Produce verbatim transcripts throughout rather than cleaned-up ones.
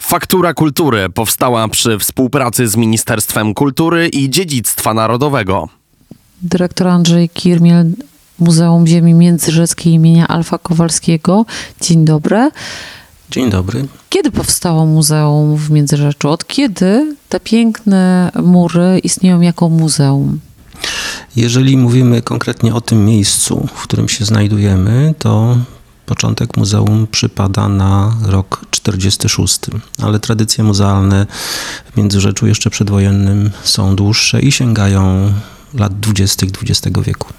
Faktura Kultury powstała przy współpracy z Ministerstwem Kultury i Dziedzictwa Narodowego. Dyrektor Andrzej Kirmiel, Muzeum Ziemi Międzyrzeckiej imienia Alfa Kowalskiego. Dzień dobry. Dzień dobry. Kiedy powstało muzeum w Międzyrzeczu? Od kiedy te piękne mury istnieją jako muzeum? Jeżeli mówimy konkretnie o tym miejscu, w którym się znajdujemy, to początek muzeum przypada na rok czterdziesty szósty, ale tradycje muzealne w Międzyrzeczu jeszcze przedwojennym są dłuższe i sięgają lat dwudziestych dwudziestego wieku.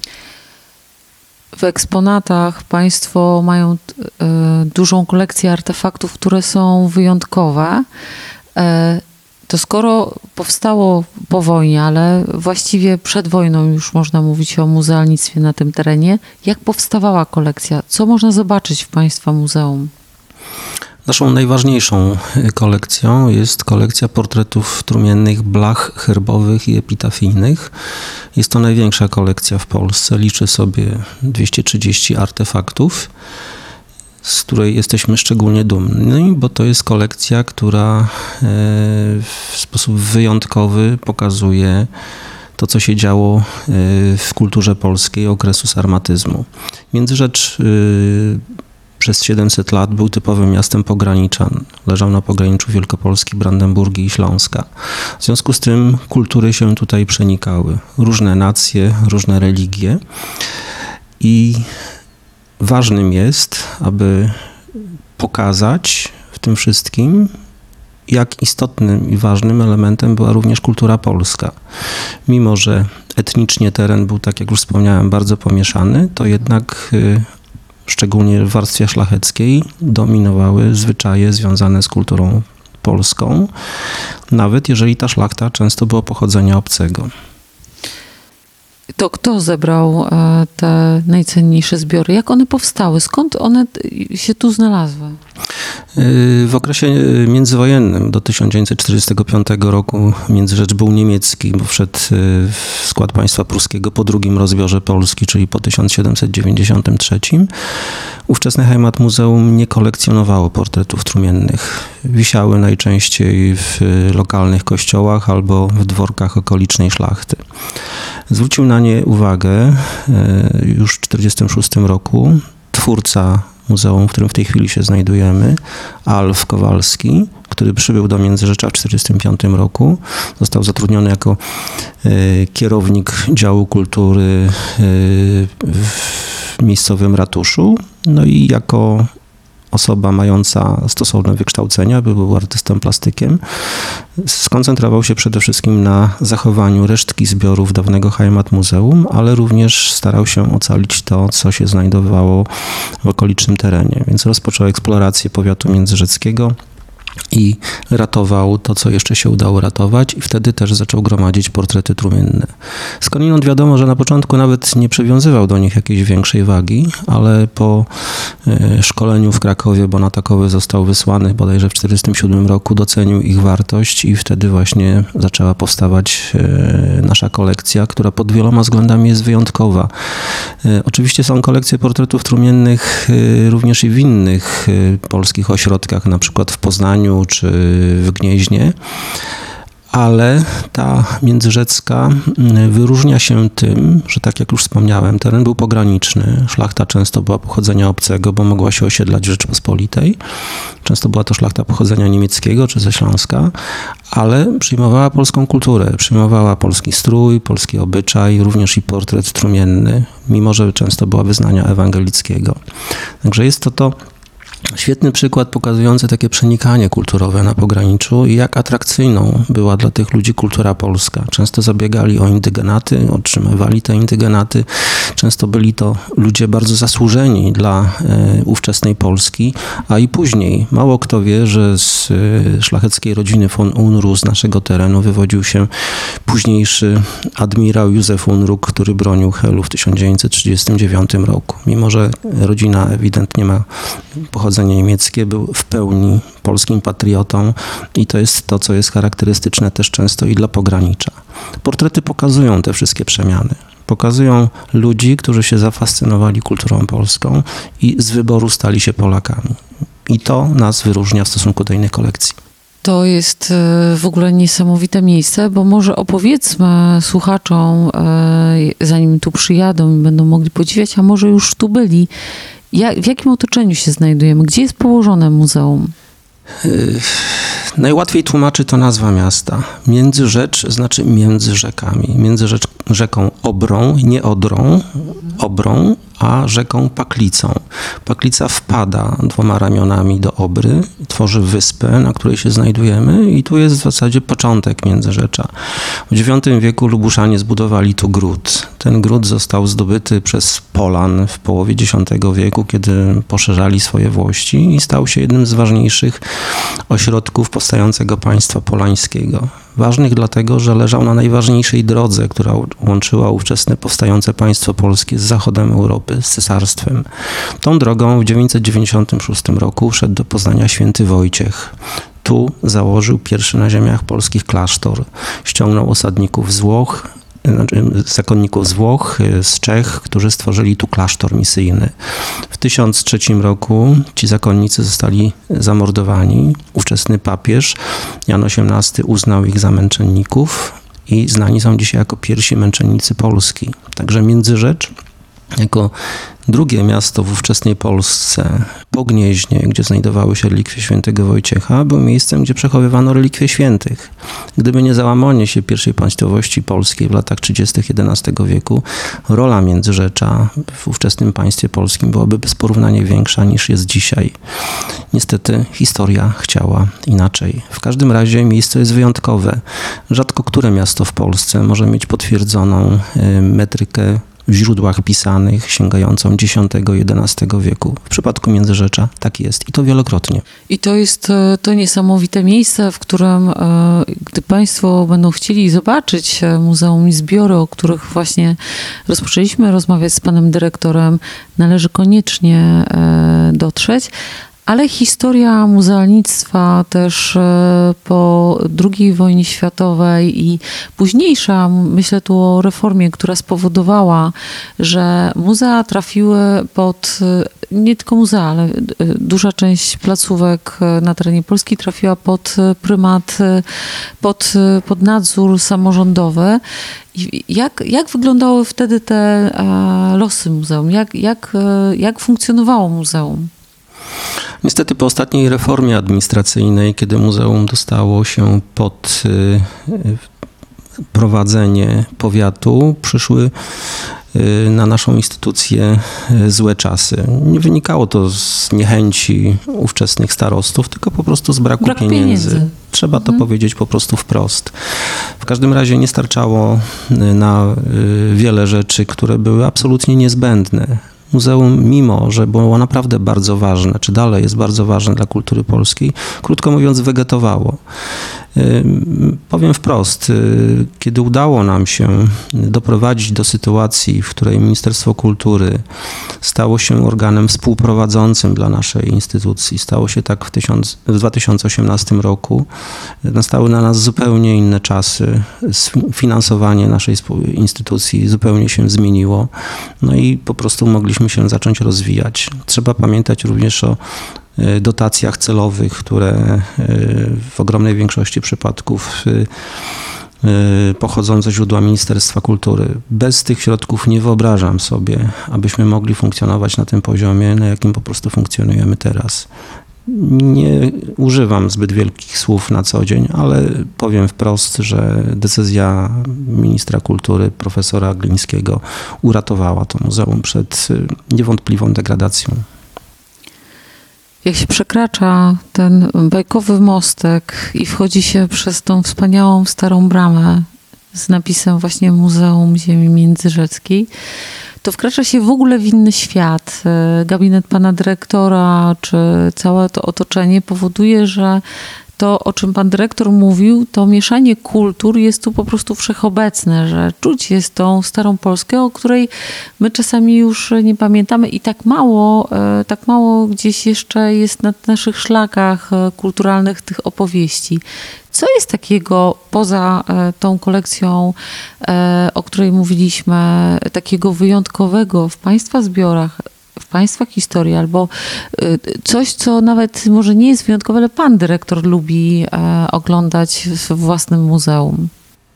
W eksponatach Państwo mają y, dużą kolekcję artefaktów, które są wyjątkowe. Y, to skoro powstało po wojnie, ale właściwie przed wojną już można mówić o muzealnictwie na tym terenie, jak powstawała kolekcja? Co można zobaczyć w Państwa muzeum? Naszą najważniejszą kolekcją jest kolekcja portretów trumiennych, blach herbowych i epitafijnych. Jest to największa kolekcja w Polsce. Liczy sobie dwieście trzydzieści artefaktów, z której jesteśmy szczególnie dumni, bo to jest kolekcja, która w sposób wyjątkowy pokazuje to, co się działo w kulturze polskiej okresu sarmatyzmu. Międzyrzecz przez siedemset lat był typowym miastem pogranicza. Leżał na pograniczu Wielkopolski, Brandenburgii i Śląska. W związku z tym kultury się tutaj przenikały. Różne nacje, różne religie. I ważnym jest, aby pokazać w tym wszystkim, jak istotnym i ważnym elementem była również kultura polska. Mimo że etnicznie teren był, tak jak już wspomniałem, bardzo pomieszany, to jednak szczególnie w warstwie szlacheckiej dominowały zwyczaje związane z kulturą polską, nawet jeżeli ta szlachta często była pochodzenia obcego. To kto zebrał te najcenniejsze zbiory? Jak one powstały? Skąd one się tu znalazły? W okresie międzywojennym do tysiąc dziewięćset czterdziestego piątego roku Międzyrzecz był niemiecki, bo wszedł w skład państwa pruskiego po drugim rozbiorze Polski, czyli po tysiąc siedemset dziewięćdziesiątym trzecim. Ówczesne Heimatmuseum nie kolekcjonowało portretów trumiennych. Wisiały najczęściej w lokalnych kościołach albo w dworkach okolicznej szlachty. Zwrócił na nie uwagę już w czterdziestym szóstym roku twórca muzeum, w którym w tej chwili się znajdujemy, Alf Kowalski, który przybył do Międzyrzecza w czterdziestym piątym roku. Został zatrudniony jako kierownik działu kultury w miejscowym ratuszu, no i jako osoba mająca stosowne wykształcenia, był artystą plastykiem, skoncentrował się przede wszystkim na zachowaniu resztki zbiorów dawnego Heimatmuseum, ale również starał się ocalić to, co się znajdowało w okolicznym terenie. Więc rozpoczął eksplorację powiatu międzyrzeckiego i ratował to, co jeszcze się udało ratować, i wtedy też zaczął gromadzić portrety trumienne. Skądinąd wiadomo, że na początku nawet nie przywiązywał do nich jakiejś większej wagi, ale po szkoleniu w Krakowie, bo na takowy został wysłany bodajże w czterdziestym siódmym roku, docenił ich wartość i wtedy właśnie zaczęła powstawać nasza kolekcja, która pod wieloma względami jest wyjątkowa. Oczywiście są kolekcje portretów trumiennych również i w innych polskich ośrodkach, na przykład w Poznaniu czy w Gnieźnie, ale ta międzyrzecka wyróżnia się tym, że tak jak już wspomniałem, teren był pograniczny. Szlachta często była pochodzenia obcego, bo mogła się osiedlać w Rzeczypospolitej. Często była to szlachta pochodzenia niemieckiego czy ze Śląska, ale przyjmowała polską kulturę, przyjmowała polski strój, polski obyczaj, również i portret trumienny, mimo że często była wyznania ewangelickiego. Także jest to to świetny przykład pokazujący takie przenikanie kulturowe na pograniczu i jak atrakcyjną była dla tych ludzi kultura polska. Często zabiegali o indygenaty, otrzymywali te indygenaty. Często byli to ludzie bardzo zasłużeni dla e, ówczesnej Polski, a i później. Mało kto wie, że z e, szlacheckiej rodziny von Unruh z naszego terenu wywodził się późniejszy admirał Józef Unruh, który bronił Helu w tysiąc dziewięćset trzydziestym dziewiątym roku. Mimo że rodzina ewidentnie ma pochodzenie niemieckie, był w pełni polskim patriotą i to jest to, co jest charakterystyczne też często i dla pogranicza. Portrety pokazują te wszystkie przemiany. Pokazują ludzi, którzy się zafascynowali kulturą polską i z wyboru stali się Polakami. I to nas wyróżnia w stosunku do innych kolekcji. To jest w ogóle niesamowite miejsce, bo może opowiedzmy słuchaczom, zanim tu przyjadą i będą mogli podziwiać, a może już tu byli, jak, w jakim otoczeniu się znajdujemy? Gdzie jest położone muzeum? Yy, najłatwiej tłumaczy to nazwa miasta. Międzyrzecz znaczy między rzekami. Między rzecz, rzeką Obrą, nie Odrą, Obrą, a rzeką Paklicą. Paklica wpada dwoma ramionami do Obry, tworzy wyspę, na której się znajdujemy i tu jest w zasadzie początek Międzyrzecza. W dziewiątym wieku Lubuszanie zbudowali tu gród. Ten gród został zdobyty przez Polan w połowie dziesiątego wieku, kiedy poszerzali swoje włości i stał się jednym z ważniejszych ośrodków powstającego państwa polańskiego. Ważnych dlatego, że leżał na najważniejszej drodze, która łączyła ówczesne powstające państwo polskie z zachodem Europy, z cesarstwem. Tą drogą w dziewięćset dziewięćdziesiątym szóstym roku wszedł do Poznania święty Wojciech. Tu założył pierwszy na ziemiach polskich klasztor. Ściągnął osadników z Włoch, znaczy zakonników z Włoch, z Czech, którzy stworzyli tu klasztor misyjny. W tysiąc trzecim roku ci zakonnicy zostali zamordowani. Ówczesny papież Jan osiemnasty uznał ich za męczenników i znani są dzisiaj jako pierwsi męczennicy Polski. Także Międzyrzecz jako drugie miasto w ówczesnej Polsce, po Gnieźnie, gdzie znajdowały się relikwie świętego Wojciecha, był miejscem, gdzie przechowywano relikwie świętych. Gdyby nie załamanie się pierwszej państwowości polskiej w latach trzydziestych jedenastego wieku, rola Międzyrzecza w ówczesnym państwie polskim byłaby bez porównania większa niż jest dzisiaj. Niestety historia chciała inaczej. W każdym razie miejsce jest wyjątkowe. Rzadko które miasto w Polsce może mieć potwierdzoną metrykę w źródłach pisanych sięgającą dziesiątego jedenastego wieku. W przypadku Międzyrzecza tak jest i to wielokrotnie. I to jest to niesamowite miejsce, w którym gdy Państwo będą chcieli zobaczyć muzeum i zbiory, o których właśnie rozpoczęliśmy rozmawiać z panem dyrektorem, należy koniecznie dotrzeć. Ale historia muzealnictwa też po drugiej wojnie światowej i późniejsza, myślę tu o reformie, która spowodowała, że muzea trafiły pod, nie tylko muzea, ale duża część placówek na terenie Polski trafiła pod prymat, pod, pod nadzór samorządowy. I jak, jak wyglądały wtedy te losy muzeum? Jak, jak, jak funkcjonowało muzeum? Niestety po ostatniej reformie administracyjnej, kiedy muzeum dostało się pod prowadzenie powiatu, przyszły na naszą instytucję złe czasy. Nie wynikało to z niechęci ówczesnych starostów, tylko po prostu z braku Brak pieniędzy. pieniędzy. Trzeba to mhm. powiedzieć po prostu wprost. W każdym razie nie starczało na wiele rzeczy, które były absolutnie niezbędne. Muzeum, mimo że było naprawdę bardzo ważne, czy dalej jest bardzo ważne dla kultury polskiej, krótko mówiąc, wegetowało. Powiem wprost, kiedy udało nam się doprowadzić do sytuacji, w której Ministerstwo Kultury stało się organem współprowadzącym dla naszej instytucji, stało się tak w, tysiąc, w dwa tysiące osiemnastym roku, nastały na nas zupełnie inne czasy, finansowanie naszej instytucji zupełnie się zmieniło, no i po prostu mogliśmy się zacząć rozwijać. Trzeba pamiętać również o dotacjach celowych, które w ogromnej większości przypadków pochodzą ze źródła Ministerstwa Kultury. Bez tych środków nie wyobrażam sobie, abyśmy mogli funkcjonować na tym poziomie, na jakim po prostu funkcjonujemy teraz. Nie używam zbyt wielkich słów na co dzień, ale powiem wprost, że decyzja ministra kultury, profesora Glińskiego, uratowała to muzeum przed niewątpliwą degradacją. Jak się przekracza ten bajkowy mostek i wchodzi się przez tą wspaniałą starą bramę z napisem właśnie Muzeum Ziemi Międzyrzeckiej, to wkracza się w ogóle w inny świat. Gabinet pana dyrektora, czy całe to otoczenie powoduje, że to, o czym pan dyrektor mówił, to mieszanie kultur jest tu po prostu wszechobecne, że czuć jest tą starą Polskę, o której my czasami już nie pamiętamy i tak mało, tak mało gdzieś jeszcze jest na naszych szlakach kulturalnych tych opowieści. Co jest takiego poza tą kolekcją, o której mówiliśmy, takiego wyjątkowego w państwa zbiorach, w Państwa historii, albo coś, co nawet może nie jest wyjątkowe, ale Pan dyrektor lubi oglądać w własnym muzeum?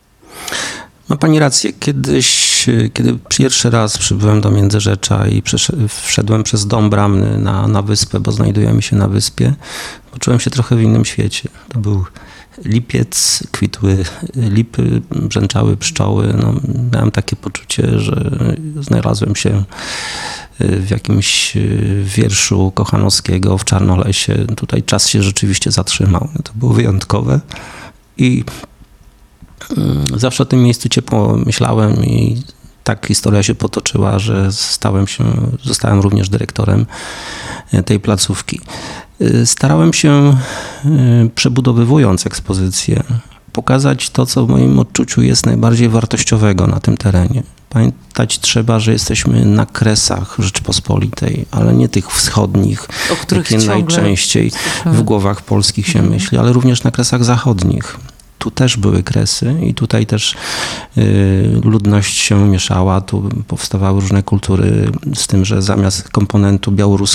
Ma Pani rację. Kiedyś, kiedy pierwszy raz przybyłem do Międzyrzecza i wszedłem przez Dom Bramny na, na wyspę, bo znajdujemy się na wyspie, poczułem się trochę w innym świecie. To był lipiec, kwitły lipy, brzęczały pszczoły. No, miałem takie poczucie, że znalazłem się w jakimś wierszu Kochanowskiego w Czarnolesie. Tutaj czas się rzeczywiście zatrzymał. To było wyjątkowe i zawsze o tym miejscu ciepło myślałem i tak historia się potoczyła, że stałem się, zostałem również dyrektorem tej placówki. Starałem się, przebudowywując ekspozycję, pokazać to, co w moim odczuciu jest najbardziej wartościowego na tym terenie. Pamiętać trzeba, że jesteśmy na kresach Rzeczypospolitej, ale nie tych wschodnich, o których jakie najczęściej w głowach polskich się mhm. myśli, ale również na kresach zachodnich. Tu też były kresy i tutaj też y, ludność się mieszała, tu powstawały różne kultury, z tym, że zamiast komponentu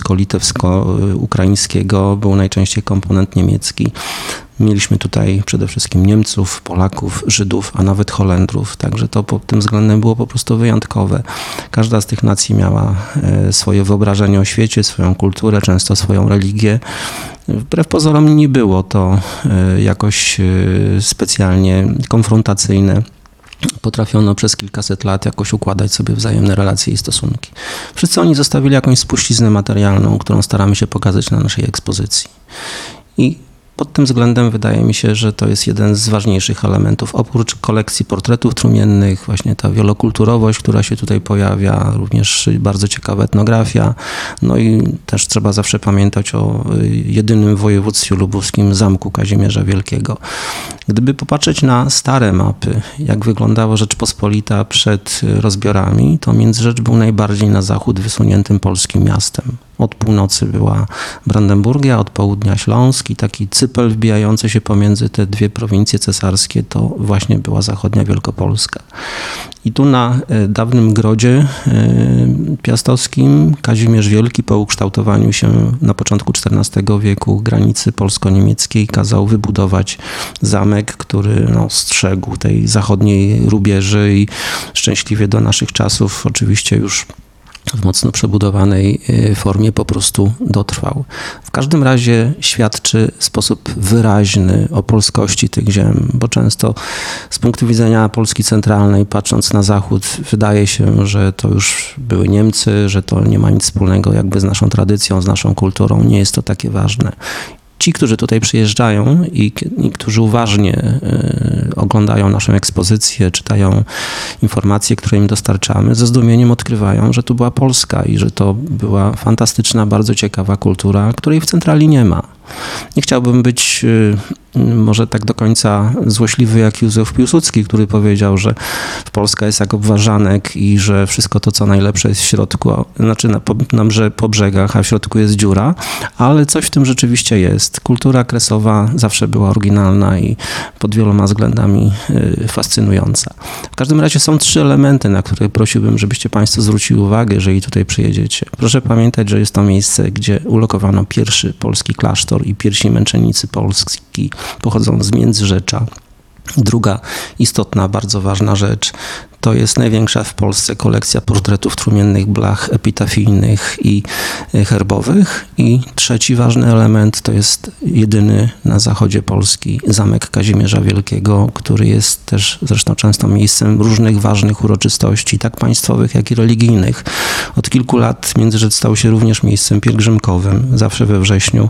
białorusko-litewsko-ukraińskiego był najczęściej komponent niemiecki. Mieliśmy tutaj przede wszystkim Niemców, Polaków, Żydów, a nawet Holendrów, także to pod tym względem było po prostu wyjątkowe. Każda z tych nacji miała swoje wyobrażenie o świecie, swoją kulturę, często swoją religię. Wbrew pozorom nie było to jakoś specjalnie konfrontacyjne. Potrafiono przez kilkaset lat jakoś układać sobie wzajemne relacje i stosunki. Wszyscy oni zostawili jakąś spuściznę materialną, którą staramy się pokazać na naszej ekspozycji. I pod tym względem wydaje mi się, że to jest jeden z ważniejszych elementów. Oprócz kolekcji portretów trumiennych, właśnie ta wielokulturowość, która się tutaj pojawia, również bardzo ciekawa etnografia. No i też trzeba zawsze pamiętać o jedynym w województwie lubuskim Zamku Kazimierza Wielkiego. Gdyby popatrzeć na stare mapy, jak wyglądała Rzeczpospolita przed rozbiorami, to Międzyrzecz był najbardziej na zachód wysuniętym polskim miastem. Od północy była Brandenburgia, od południa Śląsk i taki cypel wbijający się pomiędzy te dwie prowincje cesarskie to właśnie była zachodnia Wielkopolska. I tu na dawnym grodzie piastowskim Kazimierz Wielki po ukształtowaniu się na początku czternastego wieku granicy polsko-niemieckiej kazał wybudować zamek, który no, strzegł tej zachodniej rubieży i szczęśliwie do naszych czasów oczywiście już w mocno przebudowanej formie po prostu dotrwał. W każdym razie świadczy w sposób wyraźny o polskości tych ziem, bo często z punktu widzenia Polski centralnej, patrząc na zachód, wydaje się, że to już były Niemcy, że to nie ma nic wspólnego jakby z naszą tradycją, z naszą kulturą. Nie jest to takie ważne. Ci, którzy tutaj przyjeżdżają i, i którzy uważnie y, oglądają naszą ekspozycję, czytają informacje, które im dostarczamy, ze zdumieniem odkrywają, że tu była Polska i że to była fantastyczna, bardzo ciekawa kultura, której w centrali nie ma. Nie chciałbym być y, może tak do końca złośliwy jak Józef Piłsudski, który powiedział, że Polska jest jak obwarzanek i że wszystko to, co najlepsze jest w środku, znaczy na, na brze, po brzegach, a w środku jest dziura, ale coś w tym rzeczywiście jest. Kultura kresowa zawsze była oryginalna i pod wieloma względami y, fascynująca. W każdym razie są trzy elementy, na które prosiłbym, żebyście Państwo zwrócili uwagę, jeżeli tutaj przyjedziecie. Proszę pamiętać, że jest to miejsce, gdzie ulokowano pierwszy polski klasztor i pierwsi męczennicy polski pochodzą z Międzyrzecza. Druga istotna, bardzo ważna rzecz to jest największa w Polsce kolekcja portretów trumiennych, blach epitafijnych i herbowych. I trzeci ważny element to jest jedyny na zachodzie Polski Zamek Kazimierza Wielkiego, który jest też zresztą często miejscem różnych ważnych uroczystości, tak państwowych, jak i religijnych. Od kilku lat Międzyrzec stał się również miejscem pielgrzymkowym. Zawsze we wrześniu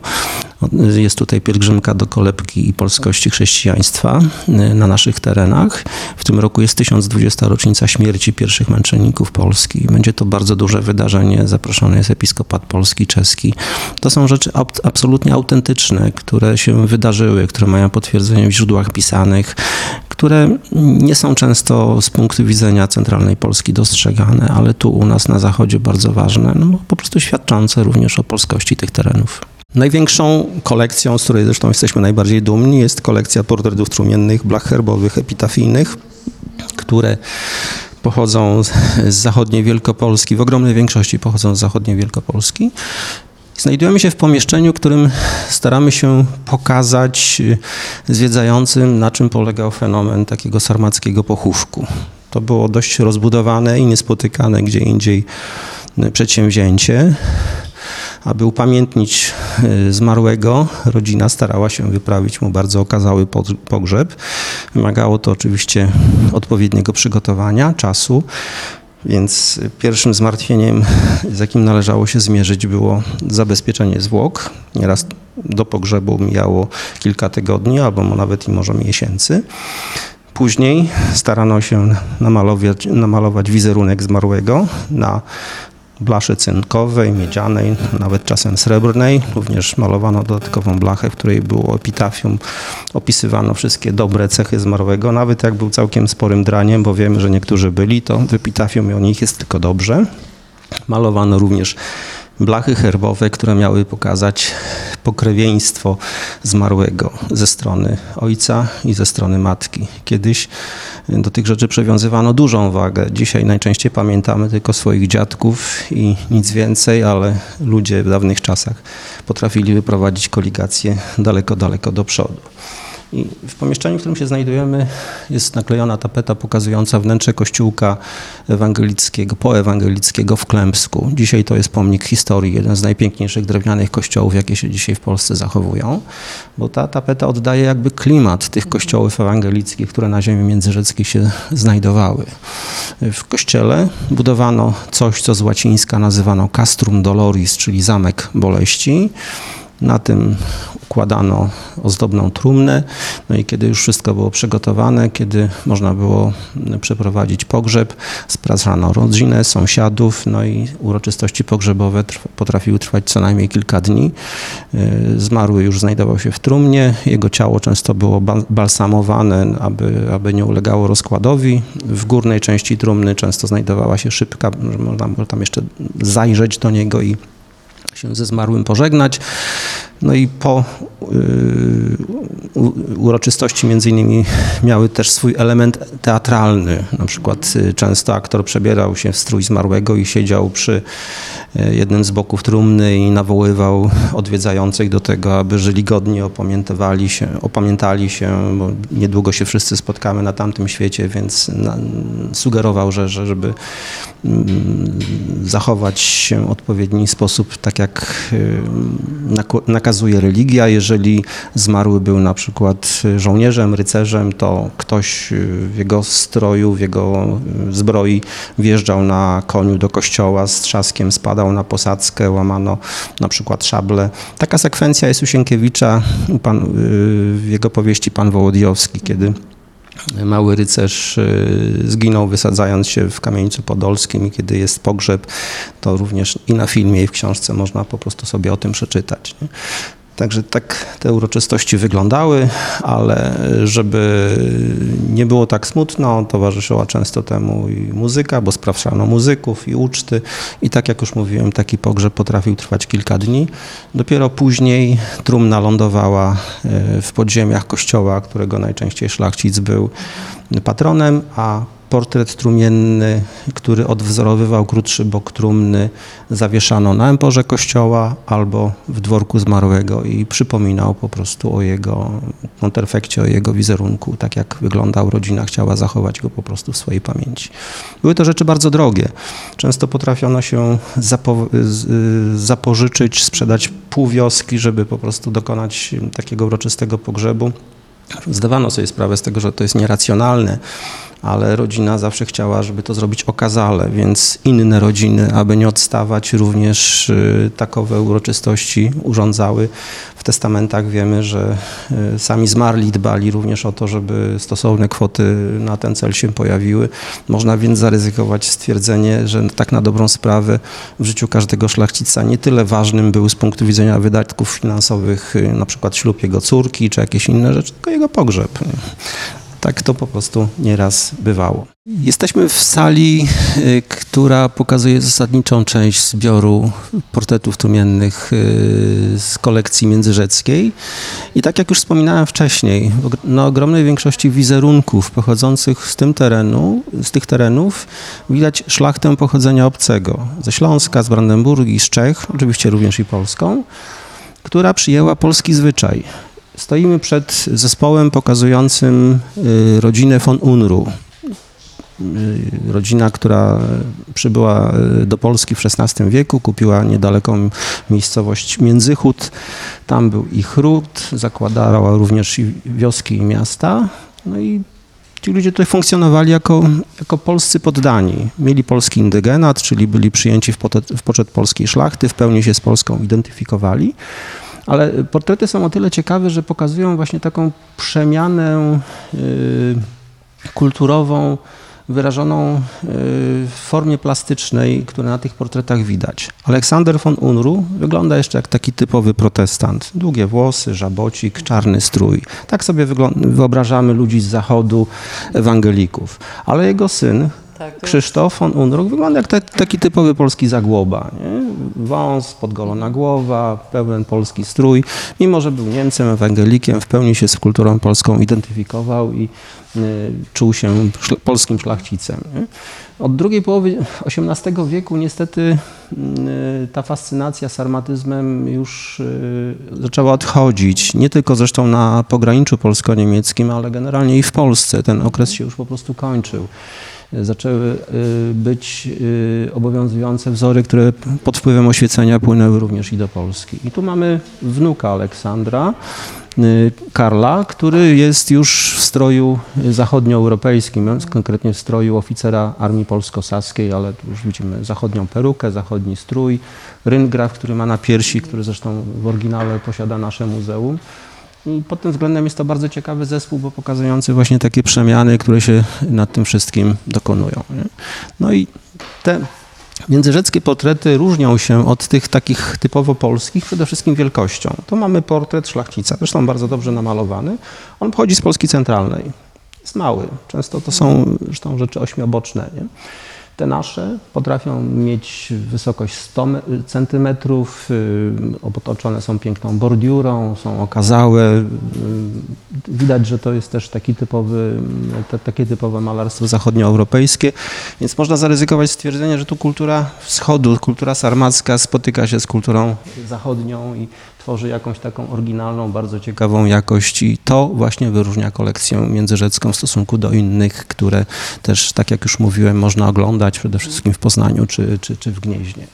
jest tutaj pielgrzymka do kolebki i polskości chrześcijaństwa na naszych terenach. W tym roku jest tysiąc dwudziesta rocznica śmierci pierwszych męczenników Polski. Będzie to bardzo duże wydarzenie. Zaproszony jest episkopat polski, czeski. To są rzeczy absolutnie autentyczne, które się wydarzyły, które mają potwierdzenie w źródłach pisanych, które nie są często z punktu widzenia centralnej Polski dostrzegane, ale tu u nas na zachodzie bardzo ważne, no, po prostu świadczące również o polskości tych terenów. Największą kolekcją, z której zresztą jesteśmy najbardziej dumni, jest kolekcja portretów trumiennych, blach herbowych, epitafijnych, które pochodzą z, z zachodniej Wielkopolski, w ogromnej większości pochodzą z zachodniej Wielkopolski. Znajdujemy się w pomieszczeniu, w którym staramy się pokazać zwiedzającym, na czym polegał fenomen takiego sarmackiego pochówku. To było dość rozbudowane i niespotykane gdzie indziej przedsięwzięcie. Aby upamiętnić zmarłego, rodzina starała się wyprawić mu bardzo okazały pogrzeb. Wymagało to oczywiście odpowiedniego przygotowania, czasu, więc pierwszym zmartwieniem, z jakim należało się zmierzyć, było zabezpieczenie zwłok. Nieraz do pogrzebu mijało kilka tygodni albo nawet i może miesięcy. Później starano się namalować, namalować wizerunek zmarłego na blaszy cynkowej, miedzianej, nawet czasem srebrnej. Również malowano dodatkową blachę, w której było epitafium. Opisywano wszystkie dobre cechy zmarłego, nawet jak był całkiem sporym draniem, bo wiemy, że niektórzy byli, to w epitafium o nich jest tylko dobrze. Malowano również blachy herbowe, które miały pokazać pokrewieństwo zmarłego ze strony ojca i ze strony matki. Kiedyś do tych rzeczy przywiązywano dużą wagę. Dzisiaj najczęściej pamiętamy tylko swoich dziadków i nic więcej, ale ludzie w dawnych czasach potrafili wyprowadzić koligację daleko, daleko do przodu. I w pomieszczeniu, w którym się znajdujemy, jest naklejona tapeta pokazująca wnętrze kościółka ewangelickiego, poewangelickiego w Klębsku. Dzisiaj to jest pomnik historii, jeden z najpiękniejszych drewnianych kościołów, jakie się dzisiaj w Polsce zachowują, bo ta tapeta oddaje jakby klimat tych kościołów ewangelickich, które na ziemi międzyrzeckiej się znajdowały. W kościele budowano coś, co z łacińska nazywano castrum doloris, czyli zamek boleści. Na tym układano ozdobną trumnę, no i kiedy już wszystko było przygotowane, kiedy można było przeprowadzić pogrzeb, spraszano rodzinę, sąsiadów, no i uroczystości pogrzebowe potrafiły trwać co najmniej kilka dni. Zmarły już znajdował się w trumnie, jego ciało często było balsamowane, aby, aby nie ulegało rozkładowi. W górnej części trumny często znajdowała się szybka, można było tam jeszcze zajrzeć do niego i się ze zmarłym pożegnać. No i po y, uroczystości między innymi miały też swój element teatralny. Na przykład y, często aktor przebierał się w strój zmarłego i siedział przy y, jednym z boków trumny i nawoływał odwiedzających do tego, aby żyli godnie, opamiętywali się, opamiętali się, bo niedługo się wszyscy spotkamy na tamtym świecie, więc na, sugerował, że, że żeby y, zachować się w odpowiedni sposób, tak jak y, nakazuje religia. Jeżeli zmarły był na przykład żołnierzem, rycerzem, to ktoś w jego stroju, w jego zbroi wjeżdżał na koniu do kościoła, z trzaskiem spadał na posadzkę, łamano na przykład szable. Taka sekwencja jest u Sienkiewicza pan, w jego powieści Pan Wołodyjowski, kiedy mały rycerz zginął, wysadzając się w Kamieńcu Podolskim, i kiedy jest pogrzeb, to również i na filmie, i w książce można po prostu sobie o tym przeczytać, nie? Także tak te uroczystości wyglądały, ale żeby nie było tak smutno, towarzyszyła często temu i muzyka, bo spraszano muzyków i uczty, i tak jak już mówiłem, taki pogrzeb potrafił trwać kilka dni. Dopiero później trumna lądowała w podziemiach kościoła, którego najczęściej szlachcic był patronem, a portret trumienny, który odwzorowywał krótszy bok trumny, zawieszano na emporze kościoła albo w dworku zmarłego i przypominał po prostu o jego konterfekcie, o jego wizerunku, tak jak wyglądał. Rodzina chciała zachować go po prostu w swojej pamięci. Były to rzeczy bardzo drogie. Często potrafiono się zapo zapożyczyć, sprzedać pół wioski, żeby po prostu dokonać takiego uroczystego pogrzebu. Zdawano sobie sprawę z tego, że to jest nieracjonalne, ale rodzina zawsze chciała, żeby to zrobić okazale, więc inne rodziny, aby nie odstawać, również takowe uroczystości urządzały. W testamentach wiemy, że sami zmarli dbali również o to, żeby stosowne kwoty na ten cel się pojawiły. Można więc zaryzykować stwierdzenie, że tak na dobrą sprawę w życiu każdego szlachcica nie tyle ważnym był z punktu widzenia wydatków finansowych, na przykład ślub jego córki czy jakieś inne rzeczy, tylko jego pogrzeb. tak to po prostu nieraz bywało. Jesteśmy w sali, która pokazuje zasadniczą część zbioru portretów tłumiennych z kolekcji międzyrzeckiej. I tak jak już wspominałem wcześniej, na ogromnej większości wizerunków pochodzących z tym terenu, z tych terenów widać szlachtę pochodzenia obcego. Ze Śląska, z Brandenburgii, z Czech, oczywiście również i Polską, która przyjęła polski zwyczaj. Stoimy przed zespołem pokazującym rodzinę von Unruh. Rodzina, która przybyła do Polski w szesnastym wieku, kupiła niedaleką miejscowość Międzychód. Tam był ich ród, zakładała również i wioski i miasta. No i ci ludzie tutaj funkcjonowali jako, jako polscy poddani. Mieli polski indygenat, czyli byli przyjęci w, poczet, w poczet polskiej szlachty, w pełni się z Polską identyfikowali. Ale portrety są o tyle ciekawe, że pokazują właśnie taką przemianę yy, kulturową, wyrażoną w formie plastycznej, które na tych portretach widać. Aleksander von Unruh wygląda jeszcze jak taki typowy protestant. Długie włosy, żabocik, czarny strój. Tak sobie wyobrażamy ludzi z zachodu, ewangelików. Ale jego syn, tak, Krzysztof von Unruh, wygląda jak te, taki typowy polski zagłoba. Nie? Wąs, podgolona głowa, pełen polski strój. Mimo że był Niemcem, ewangelikiem, w pełni się z kulturą polską identyfikował i y, czuł się szl- polskim szlachcicem. Nie? Od drugiej połowy osiemnastego wieku niestety y, ta fascynacja sarmatyzmem już y, zaczęła odchodzić. Nie tylko zresztą na pograniczu polsko-niemieckim, ale generalnie i w Polsce. Ten okres się już po prostu kończył. Zaczęły być obowiązujące wzory, które pod wpływem oświecenia płynęły również i do Polski. I tu mamy wnuka Aleksandra, Karla, który jest już w stroju zachodnioeuropejskim, konkretnie w stroju oficera armii polsko-saskiej, ale tu już widzimy zachodnią perukę, zachodni strój, ryngraf, który ma na piersi, który zresztą w oryginale posiada nasze muzeum. I pod tym względem jest to bardzo ciekawy zespół, bo pokazujący właśnie takie przemiany, które się nad tym wszystkim dokonują. Nie? No i te międzyrzeckie portrety różnią się od tych takich typowo polskich przede wszystkim wielkością. Tu mamy portret szlachcica, zresztą bardzo dobrze namalowany. On pochodzi z Polski centralnej. Jest mały. Często to są zresztą rzeczy ośmioboczne. Nie? Te nasze potrafią mieć wysokość sto centymetrów, otoczone są piękną bordiurą, są okazałe. Widać, że to jest też taki typowy, te, takie typowe malarstwo zachodnioeuropejskie, więc można zaryzykować stwierdzenie, że tu kultura wschodu, kultura sarmacka spotyka się z kulturą zachodnią i tworzy jakąś taką oryginalną, bardzo ciekawą jakość i to właśnie wyróżnia kolekcję międzyrzecką w stosunku do innych, które też, tak jak już mówiłem, można oglądać przede wszystkim w Poznaniu czy, czy, czy w Gnieźnie.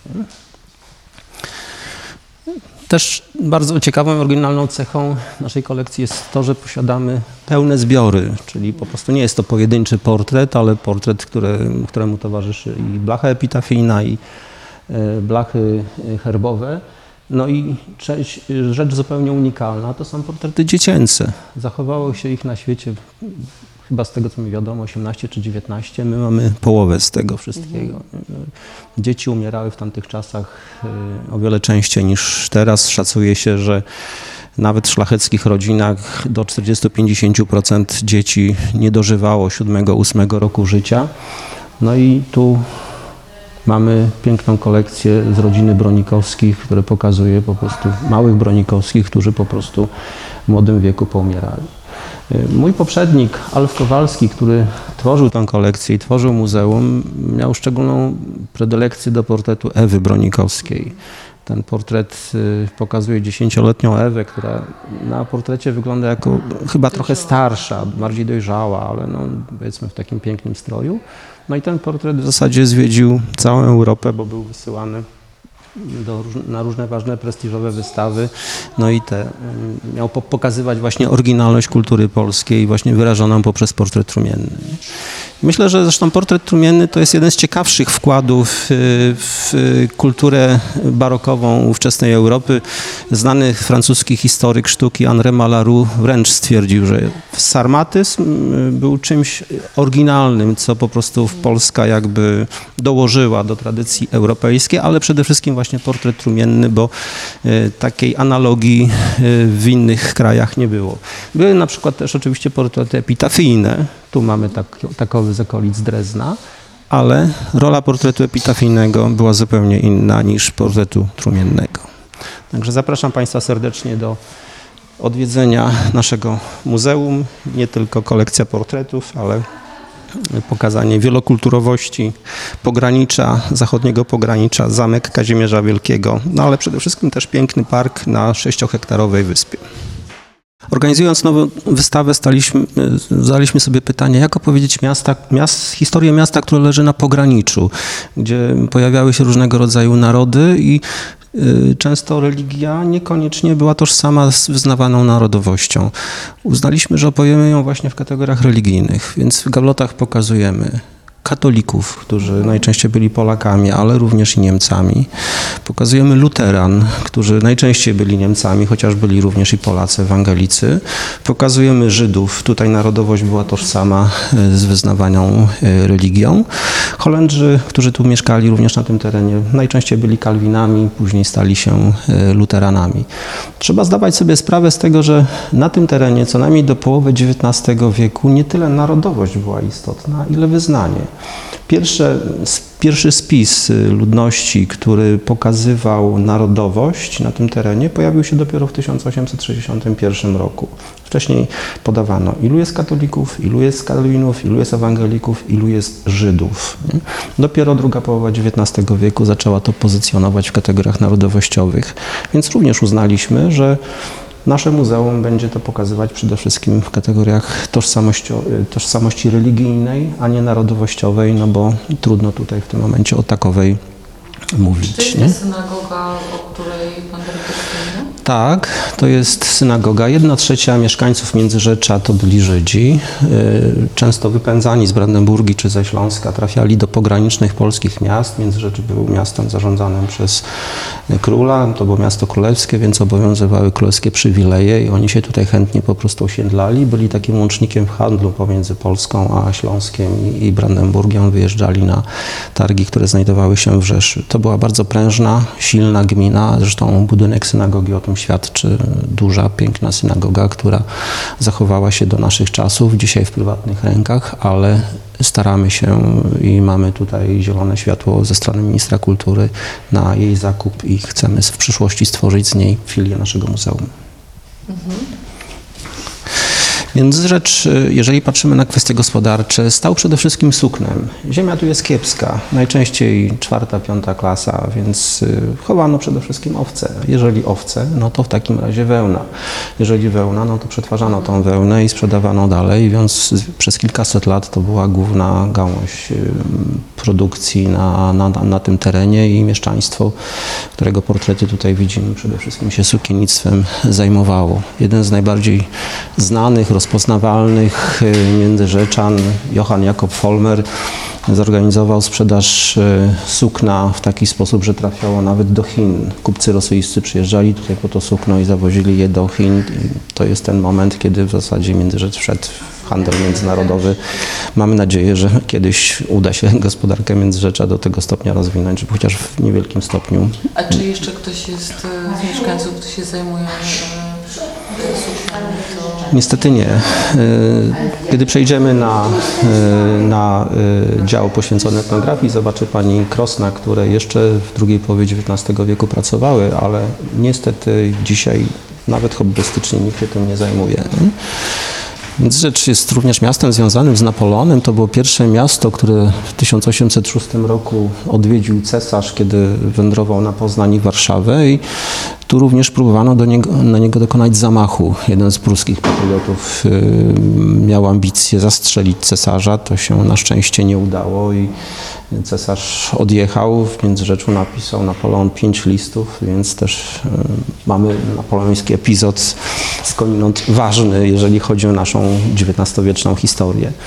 Też bardzo ciekawą, oryginalną cechą naszej kolekcji jest to, że posiadamy pełne zbiory, czyli po prostu nie jest to pojedynczy portret, ale portret, który, któremu towarzyszy i blacha epitafijna, i blachy herbowe. No i część, rzecz zupełnie unikalna to są portrety dziecięce. Zachowało się ich na świecie chyba z tego, co mi wiadomo, osiemnaście czy dziewiętnaście. My mamy połowę z tego wszystkiego. Dzieci umierały w tamtych czasach o wiele częściej niż teraz. Szacuje się, że nawet w szlacheckich rodzinach do czterdzieści do pięćdziesięciu procent dzieci nie dożywało siódmego, ósmego roku życia. No i tu mamy piękną kolekcję z rodziny Bronikowskich, które pokazuje po prostu małych Bronikowskich, którzy po prostu w młodym wieku poumierali. Mój poprzednik, Alf Kowalski, który tworzył tę kolekcję i tworzył muzeum, miał szczególną predylekcję do portretu Ewy Bronikowskiej. Ten portret pokazuje dziesięcioletnią Ewę, która na portrecie wygląda jako chyba trochę starsza, bardziej dojrzała, ale no, powiedzmy w takim pięknym stroju. No i ten portret w zasadzie zwiedził całą Europę, bo był wysyłany do, na różne ważne, prestiżowe wystawy. No i te, miał pokazywać właśnie oryginalność kultury polskiej, właśnie wyrażoną poprzez portret trumienny. Myślę, że zresztą portret trumienny to jest jeden z ciekawszych wkładów w kulturę barokową ówczesnej Europy. Znany francuski historyk sztuki André Mallarou wręcz stwierdził, że sarmatyzm był czymś oryginalnym, co po prostu Polska jakby dołożyła do tradycji europejskiej, ale przede wszystkim właśnie portret trumienny, bo takiej analogii w innych krajach nie było. Były na przykład też oczywiście portrety epitafijne. Tu mamy tak, takowy z okolic Drezna, ale rola portretu epitafijnego była zupełnie inna niż portretu trumiennego. Także zapraszam Państwa serdecznie do odwiedzenia naszego muzeum. Nie tylko kolekcja portretów, ale pokazanie wielokulturowości pogranicza, zachodniego pogranicza, zamek Kazimierza Wielkiego, no ale przede wszystkim też piękny park na sześciohektarowej wyspie. Organizując nową wystawę staliśmy, zadaliśmy sobie pytanie, jak opowiedzieć miasta, miast, historię miasta, które leży na pograniczu, gdzie pojawiały się różnego rodzaju narody i y, często religia niekoniecznie była tożsama z wyznawaną narodowością. Uznaliśmy, że opowiemy ją właśnie w kategoriach religijnych, więc w gablotach pokazujemy katolików, którzy najczęściej byli Polakami, ale również i Niemcami. Pokazujemy luteran, którzy najczęściej byli Niemcami, chociaż byli również i Polacy, ewangelicy. Pokazujemy Żydów, tutaj narodowość była tożsama z wyznawaną religią. Holendrzy, którzy tu mieszkali również na tym terenie, najczęściej byli kalwinami, później stali się luteranami. Trzeba zdawać sobie sprawę z tego, że na tym terenie co najmniej do połowy dziewiętnastego wieku nie tyle narodowość była istotna, ile wyznanie. Pierwsze, pierwszy spis ludności, który pokazywał narodowość na tym terenie, pojawił się dopiero w tysiąc osiemset sześćdziesiątym pierwszym roku. Wcześniej podawano, ilu jest katolików, ilu jest kalwinów, ilu jest ewangelików, ilu jest Żydów. Dopiero druga połowa dziewiętnastego wieku zaczęła to pozycjonować w kategoriach narodowościowych, więc również uznaliśmy, że nasze muzeum będzie to pokazywać przede wszystkim w kategoriach tożsamości, tożsamości religijnej, a nie narodowościowej, no bo trudno tutaj w tym momencie o takowej mówić. Czy to jest synagoga, o której pan dyrektor wspomniał? Tak, to jest synagoga. Jedna trzecia mieszkańców Międzyrzecza to byli Żydzi. Często wypędzani z Brandenburgii czy ze Śląska trafiali do pogranicznych polskich miast. Międzyrzecz był miastem zarządzanym przez króla, to było miasto królewskie, więc obowiązywały królewskie przywileje i oni się tutaj chętnie po prostu osiedlali. Byli takim łącznikiem w handlu pomiędzy Polską a Śląskiem i Brandenburgią. Wyjeżdżali na targi, które znajdowały się w Rzeszy. To była bardzo prężna, silna gmina. Zresztą budynek synagogi o tym świadczy. Duża, piękna synagoga, która zachowała się do naszych czasów, dzisiaj w prywatnych rękach, ale staramy się i mamy tutaj zielone światło ze strony ministra kultury na jej zakup i chcemy w przyszłości stworzyć z niej filię naszego muzeum. Mhm. Międzyrzecz, jeżeli patrzymy na kwestie gospodarcze, stał przede wszystkim suknem. Ziemia tu jest kiepska, najczęściej czwarta, piąta klasa, więc chowano przede wszystkim owce. Jeżeli owce, no to w takim razie wełna. Jeżeli wełna, no to przetwarzano tą wełnę i sprzedawano dalej, więc przez kilkaset lat to była główna gałąź produkcji na, na, na tym terenie i mieszczaństwo, którego portrety tutaj widzimy, przede wszystkim się sukiennictwem zajmowało. Jeden z najbardziej znanych, rozpoznawalnych Międzyrzeczan, Johann Jakob Vollmer, zorganizował sprzedaż sukna w taki sposób, że trafiało nawet do Chin. Kupcy rosyjscy przyjeżdżali tutaj po to sukno i zawozili je do Chin. I to jest ten moment, kiedy w zasadzie Międzyrzecz wszedł w handel międzynarodowy. Mamy nadzieję, że kiedyś uda się gospodarkę Międzyrzecza do tego stopnia rozwinąć, żeby chociaż w niewielkim stopniu. A czy jeszcze ktoś jest z mieszkańców, kto się zajmuje suknami? To... Niestety nie. Kiedy przejdziemy na, na dział poświęcony etnografii, zobaczy pani krosna, które jeszcze w drugiej połowie dziewiętnastego wieku pracowały, ale niestety dzisiaj nawet hobbystycznie nikt się tym nie zajmuje. Międzyrzecz jest również miastem związanym z Napoleonem. To było pierwsze miasto, które w tysiąc osiemset szóstym roku odwiedził cesarz, kiedy wędrował na Poznań i Warszawę. I tu również próbowano do niego, na niego dokonać zamachu. Jeden z pruskich patriotów y, miał ambicje zastrzelić cesarza. To się na szczęście nie udało i cesarz odjechał. W Międzyrzeczu napisał Napoleon pięć listów, więc też y, mamy napoleoński epizod skądinąd ważny, jeżeli chodzi o naszą dziewiętnastowieczną historię.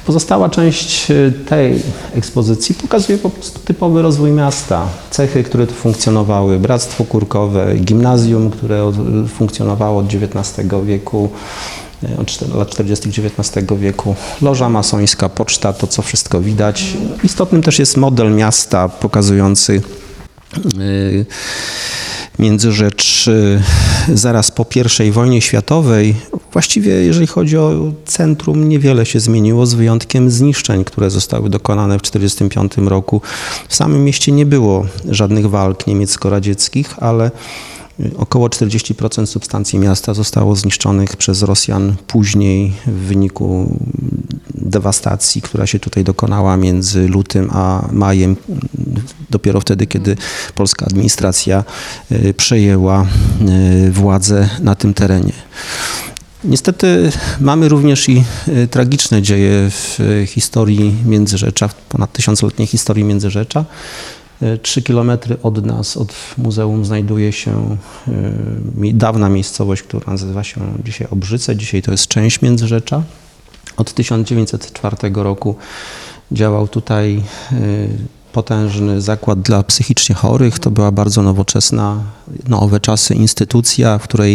Pozostała część tej ekspozycji pokazuje po prostu typowy rozwój miasta. Cechy, które tu funkcjonowały, Bractwo Kurkowe, gimnazjum, które funkcjonowało od dziewiętnastego wieku, od lat czterdziestych dziewiętnastego wieku, loża masońska, poczta, to co wszystko widać. Istotnym też jest model miasta pokazujący yy, Międzyrzecz zaraz po pierwszej wojnie światowej. Właściwie jeżeli chodzi o centrum, niewiele się zmieniło z wyjątkiem zniszczeń, które zostały dokonane w tysiąc dziewięćset czterdziestym piątym roku. W samym mieście nie było żadnych walk niemiecko-radzieckich, ale około czterdzieści procent substancji miasta zostało zniszczonych przez Rosjan później w wyniku dewastacji, która się tutaj dokonała między lutym a majem, dopiero wtedy, kiedy polska administracja przejęła władzę na tym terenie. Niestety mamy również i tragiczne dzieje w historii Międzyrzecza, w ponad tysiącletniej historii Międzyrzecza. Trzy kilometry od nas, od muzeum, znajduje się dawna miejscowość, która nazywa się dzisiaj Obrzyce. Dzisiaj to jest część Międzyrzecza. Od tysiąc dziewięćset czwartego roku działał tutaj potężny zakład dla psychicznie chorych. To była bardzo nowoczesna, nowe czasy instytucja, w której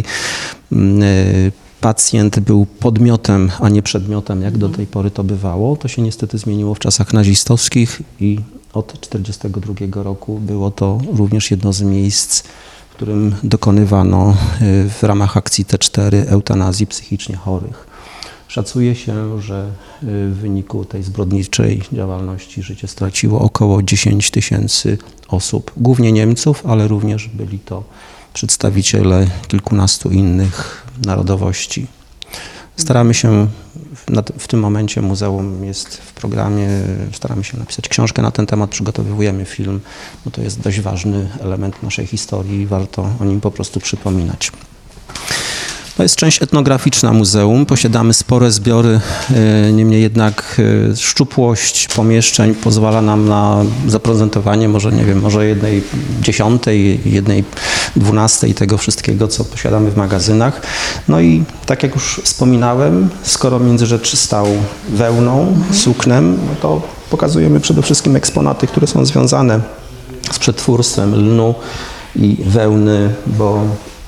pacjent był podmiotem, a nie przedmiotem, jak do tej pory to bywało. To się niestety zmieniło w czasach nazistowskich i od tysiąc dziewięćset czterdziestego drugiego roku było to również jedno z miejsc, w którym dokonywano w ramach akcji T cztery eutanazji psychicznie chorych. Szacuje się, że w wyniku tej zbrodniczej działalności życie straciło około dziesięć tysięcy osób, głównie Niemców, ale również byli to przedstawiciele kilkunastu innych narodowości. Staramy się, w tym momencie muzeum jest w programie, staramy się napisać książkę na ten temat, przygotowujemy film, bo to jest dość ważny element naszej historii i warto o nim po prostu przypominać. To jest część etnograficzna muzeum. Posiadamy spore zbiory, niemniej jednak szczupłość pomieszczeń pozwala nam na zaprezentowanie może, nie wiem, może jednej dziesiątej, jednej dwunastej tego wszystkiego, co posiadamy w magazynach. No i tak jak już wspominałem, skoro Międzyrzecz stał wełną, suknem, no to pokazujemy przede wszystkim eksponaty, które są związane z przetwórstwem lnu i wełny, bo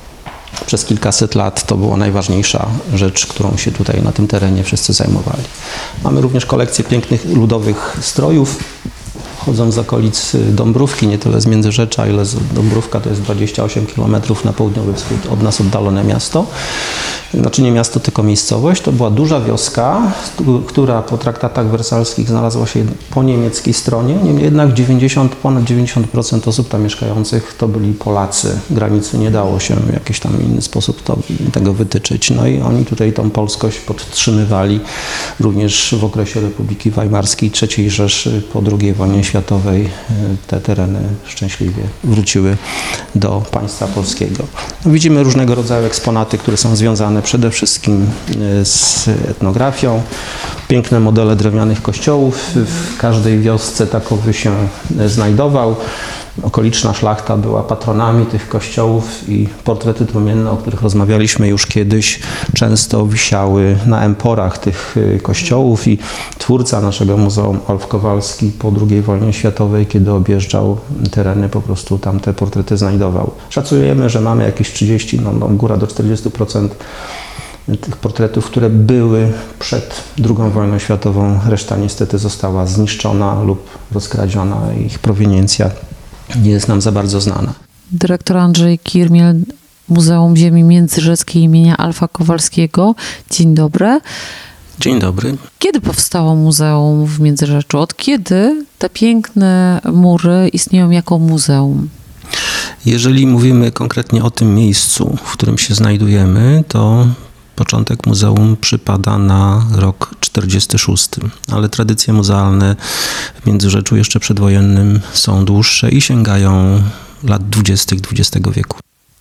przez kilkaset lat to była najważniejsza rzecz, którą się tutaj na tym terenie wszyscy zajmowali. Mamy również kolekcję pięknych ludowych strojów. Pochodzą z okolic Dąbrówki, nie tyle z Międzyrzecza, ile z Dąbrówka to jest dwadzieścia osiem kilometrów na południowy wschód od nas oddalone miasto. Znaczy nie miasto, tylko miejscowość. To była duża wioska, która po traktatach wersalskich znalazła się po niemieckiej stronie. Niemniej jednak dziewięćdziesiąt, ponad dziewięćdziesiąt procent osób tam mieszkających to byli Polacy. Granicy nie dało się w jakiś tam inny sposób to, tego wytyczyć. No i oni tutaj tą polskość podtrzymywali również w okresie Republiki Weimarskiej, trzeciej Rzeszy po drugiej wojnie światowej. Te tereny szczęśliwie wróciły do państwa polskiego. No, widzimy różnego rodzaju eksponaty, które są związane przede wszystkim z etnografią. Piękne modele drewnianych kościołów. W każdej wiosce takowy się znajdował. Okoliczna szlachta była patronami tych kościołów i portrety trumienne, o których rozmawialiśmy już kiedyś, często wisiały na emporach tych kościołów i twórca naszego muzeum, Olf Kowalski, po drugiej wojnie światowej, kiedy objeżdżał tereny, po prostu tam te portrety znajdował. Szacujemy, że mamy jakieś trzydzieści, no, no góra do czterdziestu procent tych portretów, które były przed drugą wojną światową. Reszta niestety została zniszczona lub rozkradziona. Ich proweniencja nie jest nam za bardzo znana. Dyrektor Andrzej Kirmiel, Muzeum Ziemi Międzyrzeckiej imienia Alfa Kowalskiego. Dzień dobry. Dzień dobry. Kiedy powstało muzeum w Międzyrzeczu? Od kiedy te piękne mury istnieją jako muzeum? Jeżeli mówimy konkretnie o tym miejscu, w którym się znajdujemy, to początek muzeum przypada na rok czterdziesty szósty, ale tradycje muzealne w Międzyrzeczu jeszcze przedwojennym są dłuższe i sięgają lat dwudziestych dwudziestego wieku.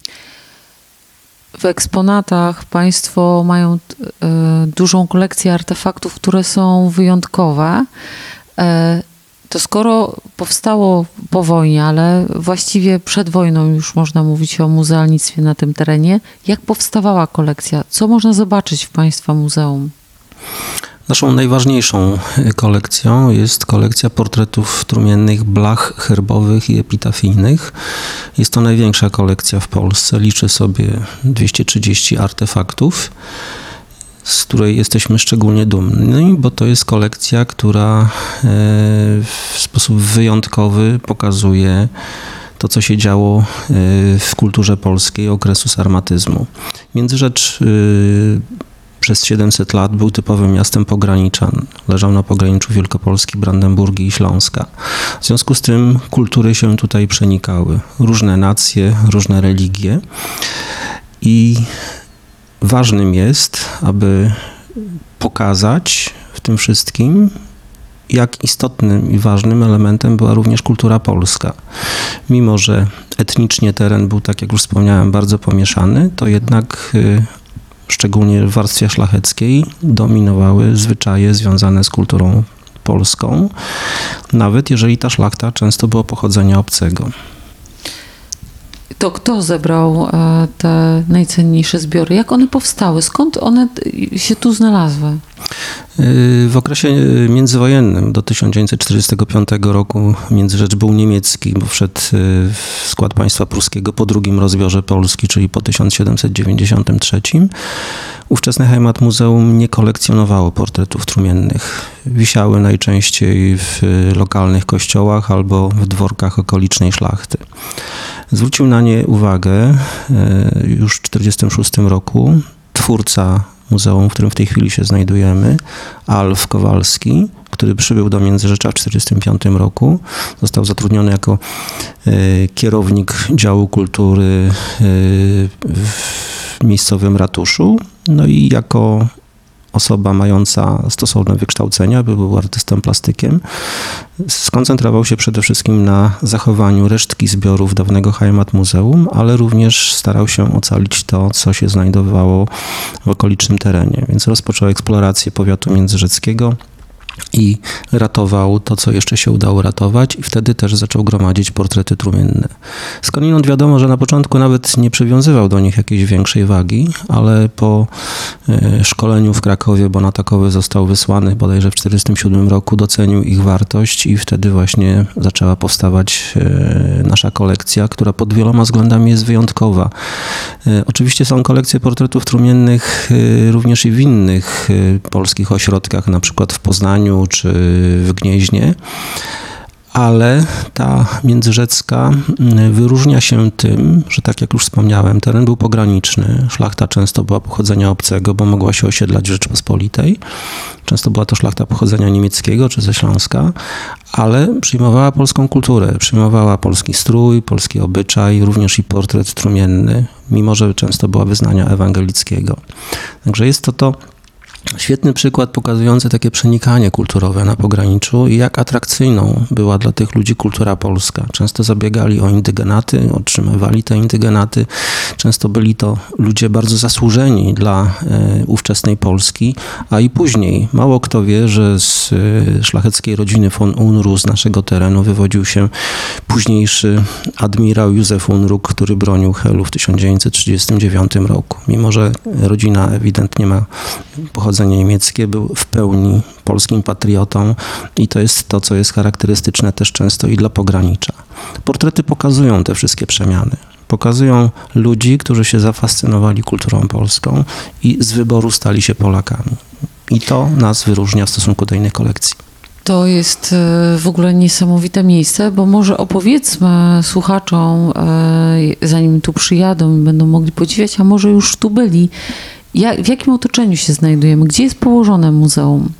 W eksponatach Państwo mają y, dużą kolekcję artefaktów, które są wyjątkowe. Y, to skoro powstało po wojnie, ale właściwie przed wojną już można mówić o muzealnictwie na tym terenie, jak powstawała kolekcja? Co można zobaczyć w Państwa muzeum? Naszą najważniejszą kolekcją jest kolekcja portretów trumiennych, blach herbowych i epitafijnych. Jest to największa kolekcja w Polsce, liczy sobie dwieście trzydzieści artefaktów, z której jesteśmy szczególnie dumni, bo to jest kolekcja, która w sposób wyjątkowy pokazuje to, co się działo w kulturze polskiej okresu sarmatyzmu. Międzyrzecz przez siedemset lat był typowym miastem pograniczan. Leżał na pograniczu Wielkopolski, Brandenburgii i Śląska. W związku z tym kultury się tutaj przenikały. Różne nacje, różne religie. I ważnym jest, aby pokazać w tym wszystkim, jak istotnym i ważnym elementem była również kultura polska. Mimo że etnicznie teren był, tak jak już wspomniałem, bardzo pomieszany, to jednak szczególnie w warstwie szlacheckiej dominowały zwyczaje związane z kulturą polską, nawet jeżeli ta szlachta często była pochodzenia obcego. To kto zebrał te najcenniejsze zbiory? Jak one powstały? Skąd one się tu znalazły? W okresie międzywojennym do tysiąc dziewięćset czterdziestego piątego roku Międzyrzecz był niemiecki, bo wszedł w skład państwa pruskiego po drugim rozbiorze Polski, czyli po tysiąc siedemset dziewięćdziesiątym trzecim. Ówczesne Heimatmuseum nie kolekcjonowało portretów trumiennych. Wisiały najczęściej w lokalnych kościołach albo w dworkach okolicznej szlachty. Zwrócił na nie uwagę już w tysiąc dziewięćset czterdziestym szóstym roku twórca muzeum, w którym w tej chwili się znajdujemy, Alf Kowalski, który przybył do Międzyrzecza w tysiąc dziewięćset czterdziestym piątym roku. Został zatrudniony jako kierownik działu kultury w miejscowym ratuszu, no i jako osoba mająca stosowne wykształcenia, był artystą plastykiem, skoncentrował się przede wszystkim na zachowaniu resztki zbiorów dawnego Heimatmuseum, ale również starał się ocalić to, co się znajdowało w okolicznym terenie. Więc rozpoczął eksplorację powiatu międzyrzeckiego i ratował to, co jeszcze się udało ratować, i wtedy też zaczął gromadzić portrety trumienne. Skądinąd wiadomo, że na początku nawet nie przywiązywał do nich jakiejś większej wagi, ale po szkoleniu w Krakowie, bo na takowy został wysłany bodajże w tysiąc dziewięćset czterdziestym siódmym roku, docenił ich wartość i wtedy właśnie zaczęła powstawać nasza kolekcja, która pod wieloma względami jest wyjątkowa. Oczywiście są kolekcje portretów trumiennych również i w innych polskich ośrodkach, na przykład w Poznaniu czy w Gnieźnie, ale ta międzyrzecka wyróżnia się tym, że tak jak już wspomniałem, teren był pograniczny. Szlachta często była pochodzenia obcego, bo mogła się osiedlać w Rzeczypospolitej. Często była to szlachta pochodzenia niemieckiego czy ze Śląska, ale przyjmowała polską kulturę, przyjmowała polski strój, polski obyczaj, również i portret trumienny, mimo że często była wyznania ewangelickiego. Także jest to to świetny przykład pokazujący takie przenikanie kulturowe na pograniczu i jak atrakcyjną była dla tych ludzi kultura polska. Często zabiegali o indygenaty, otrzymywali te indygenaty. Często byli to ludzie bardzo zasłużeni dla e, ówczesnej Polski, a i później. Mało kto wie, że z e, szlacheckiej rodziny von Unruh z naszego terenu wywodził się późniejszy admirał Józef Unruh, który bronił Helu w tysiąc dziewięćset trzydziestym dziewiątym roku. Mimo że rodzina ewidentnie ma pochodzenie niemieckie, był w pełni polskim patriotą i to jest to, co jest charakterystyczne też często i dla pogranicza. Portrety pokazują te wszystkie przemiany. Pokazują ludzi, którzy się zafascynowali kulturą polską i z wyboru stali się Polakami. I to nas wyróżnia w stosunku do innych kolekcji. To jest w ogóle niesamowite miejsce, bo może opowiedzmy słuchaczom, zanim tu przyjadą i będą mogli podziwiać, a może już tu byli, Jak, w jakim otoczeniu się znajdujemy? Gdzie jest położone muzeum?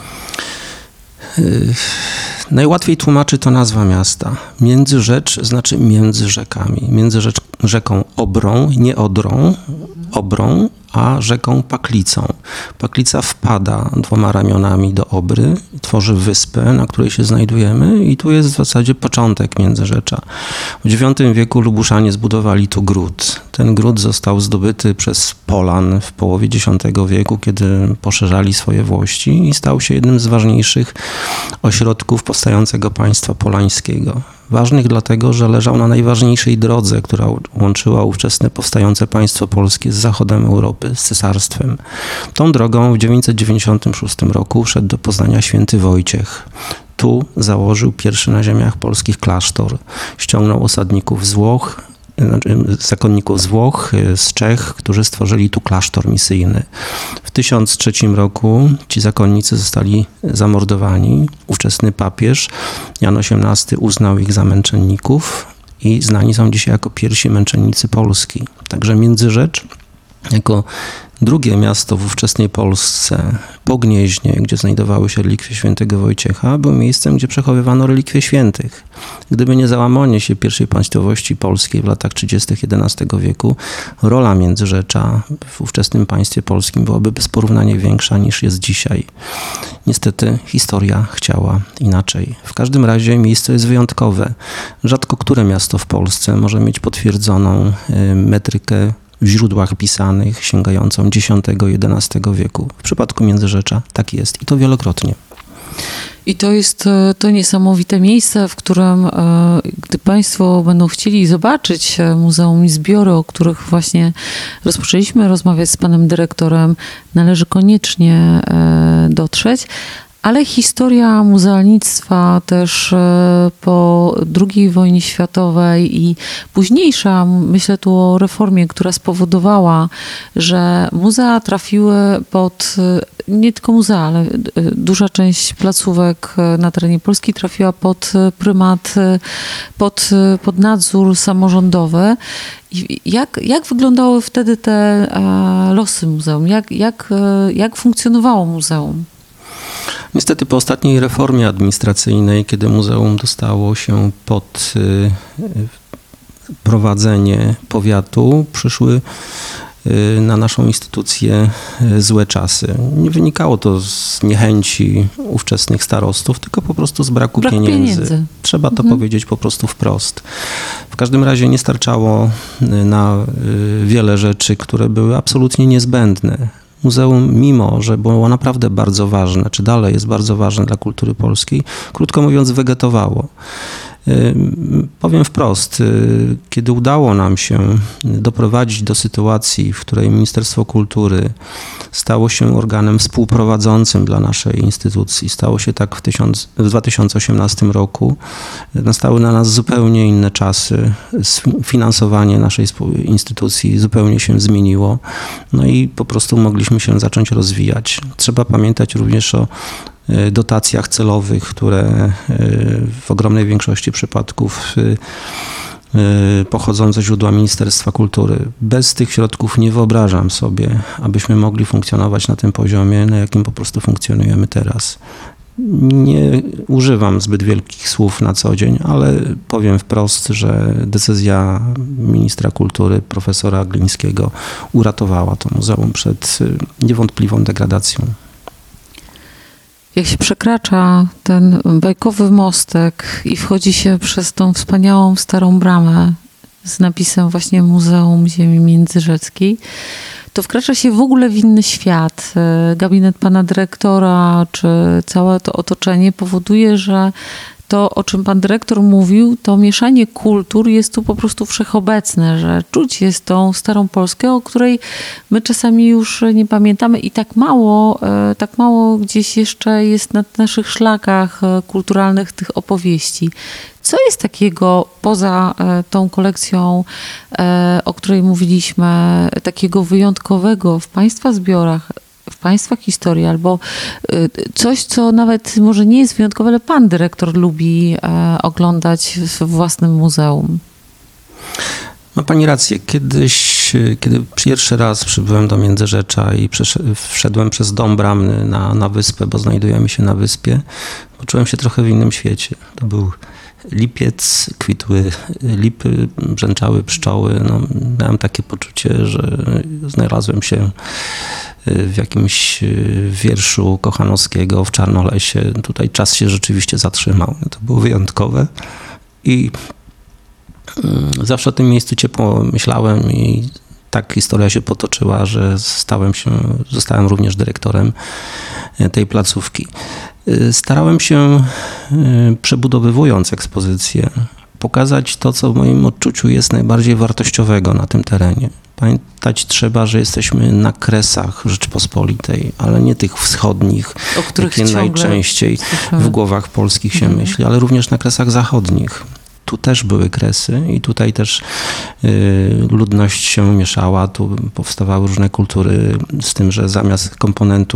Yy, najłatwiej tłumaczy to nazwa miasta. Międzyrzecz znaczy między rzekami. Między rzecz, rzeką Obrą, nie Odrą, Obrą, a rzeką Paklicą. Paklica wpada dwoma ramionami do Obry, tworzy wyspę, na której się znajdujemy i tu jest w zasadzie początek Międzyrzecza. W dziewiątym wieku Lubuszanie zbudowali tu gród. Ten gród został zdobyty przez Polan w połowie dziesiątego wieku, kiedy poszerzali swoje włości i stał się jednym z ważniejszych ośrodków powstającego państwa polańskiego. Ważnych dlatego, że leżał na najważniejszej drodze, która łączyła ówczesne powstające państwo polskie z zachodem Europy, z cesarstwem. Tą drogą w dziewięćset dziewięćdziesiątym szóstym roku wszedł do Poznania święty Wojciech. Tu założył pierwszy na ziemiach polskich klasztor. Ściągnął osadników z Włoch, zakonników z Włoch, z Czech, którzy stworzyli tu klasztor misyjny. W tysiąc trzecim roku ci zakonnicy zostali zamordowani. Ówczesny papież Jan osiemnasty uznał ich za męczenników i znani są dzisiaj jako pierwsi męczennicy Polski. Także Międzyrzecz jako drugie miasto w ówczesnej Polsce, po Gnieźnie, gdzie znajdowały się relikwie świętego Wojciecha, był miejscem, gdzie przechowywano relikwie świętych. Gdyby nie załamanie się pierwszej państwowości polskiej w latach trzydziestych jedenastego wieku, rola Międzyrzecza w ówczesnym państwie polskim byłaby bez porównania większa niż jest dzisiaj. Niestety historia chciała inaczej. W każdym razie miejsce jest wyjątkowe. Rzadko które miasto w Polsce może mieć potwierdzoną metrykę w źródłach pisanych sięgającą dziesiątego jedenastego wieku. W przypadku Międzyrzecza tak jest i to wielokrotnie. I to jest to niesamowite miejsce, w którym, gdy Państwo będą chcieli zobaczyć muzeum i zbiory, o których właśnie rozpoczęliśmy rozmawiać z panem dyrektorem, należy koniecznie dotrzeć. Ale historia muzealnictwa też po drugiej wojnie światowej i późniejsza, myślę tu o reformie, która spowodowała, że muzea trafiły pod, nie tylko muzea, ale duża część placówek na terenie Polski trafiła pod prymat, pod, pod nadzór samorządowy. I jak, jak wyglądały wtedy te losy muzeum? Jak, jak, jak funkcjonowało muzeum? Niestety po ostatniej reformie administracyjnej, kiedy muzeum dostało się pod prowadzenie powiatu, przyszły na naszą instytucję złe czasy. Nie wynikało to z niechęci ówczesnych starostów, tylko po prostu z braku Brak pieniędzy. pieniędzy. Trzeba to mhm. powiedzieć po prostu wprost. W każdym razie nie starczało na wiele rzeczy, które były absolutnie niezbędne. Muzeum, mimo że było naprawdę bardzo ważne, czy dalej jest bardzo ważne dla kultury polskiej, krótko mówiąc, wegetowało. Powiem wprost, kiedy udało nam się doprowadzić do sytuacji, w której Ministerstwo Kultury stało się organem współprowadzącym dla naszej instytucji, stało się tak w, tysiąc, w dwa tysiące osiemnastym roku, nastały na nas zupełnie inne czasy, finansowanie naszej instytucji zupełnie się zmieniło, no i po prostu mogliśmy się zacząć rozwijać. Trzeba pamiętać również o dotacjach celowych, które w ogromnej większości przypadków pochodzą ze źródła Ministerstwa Kultury. Bez tych środków nie wyobrażam sobie, abyśmy mogli funkcjonować na tym poziomie, na jakim po prostu funkcjonujemy teraz. Nie używam zbyt wielkich słów na co dzień, ale powiem wprost, że decyzja ministra kultury, profesora Glińskiego, uratowała to muzeum przed niewątpliwą degradacją. Jak się przekracza ten bajkowy mostek i wchodzi się przez tą wspaniałą starą bramę z napisem właśnie Muzeum Ziemi Międzyrzeckiej, to wkracza się w ogóle w inny świat. Gabinet pana dyrektora, czy całe to otoczenie powoduje, że to, o czym pan dyrektor mówił, to mieszanie kultur jest tu po prostu wszechobecne, że czuć jest tą starą Polskę, o której my czasami już nie pamiętamy i tak mało, tak mało gdzieś jeszcze jest na naszych szlakach kulturalnych tych opowieści. Co jest takiego poza tą kolekcją, o której mówiliśmy, takiego wyjątkowego w państwa zbiorach, w państwa historii, albo coś, co nawet może nie jest wyjątkowe, ale pan dyrektor lubi oglądać w własnym muzeum? Ma pani rację. Kiedyś, kiedy pierwszy raz przybyłem do Międzyrzecza i wszedłem przez dom bramny na, na wyspę, bo znajdujemy się na wyspie, poczułem się trochę w innym świecie. To był lipiec, kwitły lipy, brzęczały pszczoły. No, miałem takie poczucie, że znalazłem się w jakimś wierszu Kochanowskiego w Czarnolesie. Tutaj czas się rzeczywiście zatrzymał. To było wyjątkowe i zawsze o tym miejscu ciepło myślałem i tak historia się potoczyła, że stałem się, zostałem również dyrektorem tej placówki. Starałem się, przebudowywując ekspozycję, pokazać to, co w moim odczuciu jest najbardziej wartościowego na tym terenie. Pamiętać trzeba, że jesteśmy na kresach Rzeczypospolitej, ale nie tych wschodnich, o których jakie najczęściej słyszałem. w głowach polskich się mhm. myśli, ale również na kresach zachodnich. Tu też były kresy i tutaj też y, ludność się mieszała, tu powstawały różne kultury, z tym, że zamiast komponentu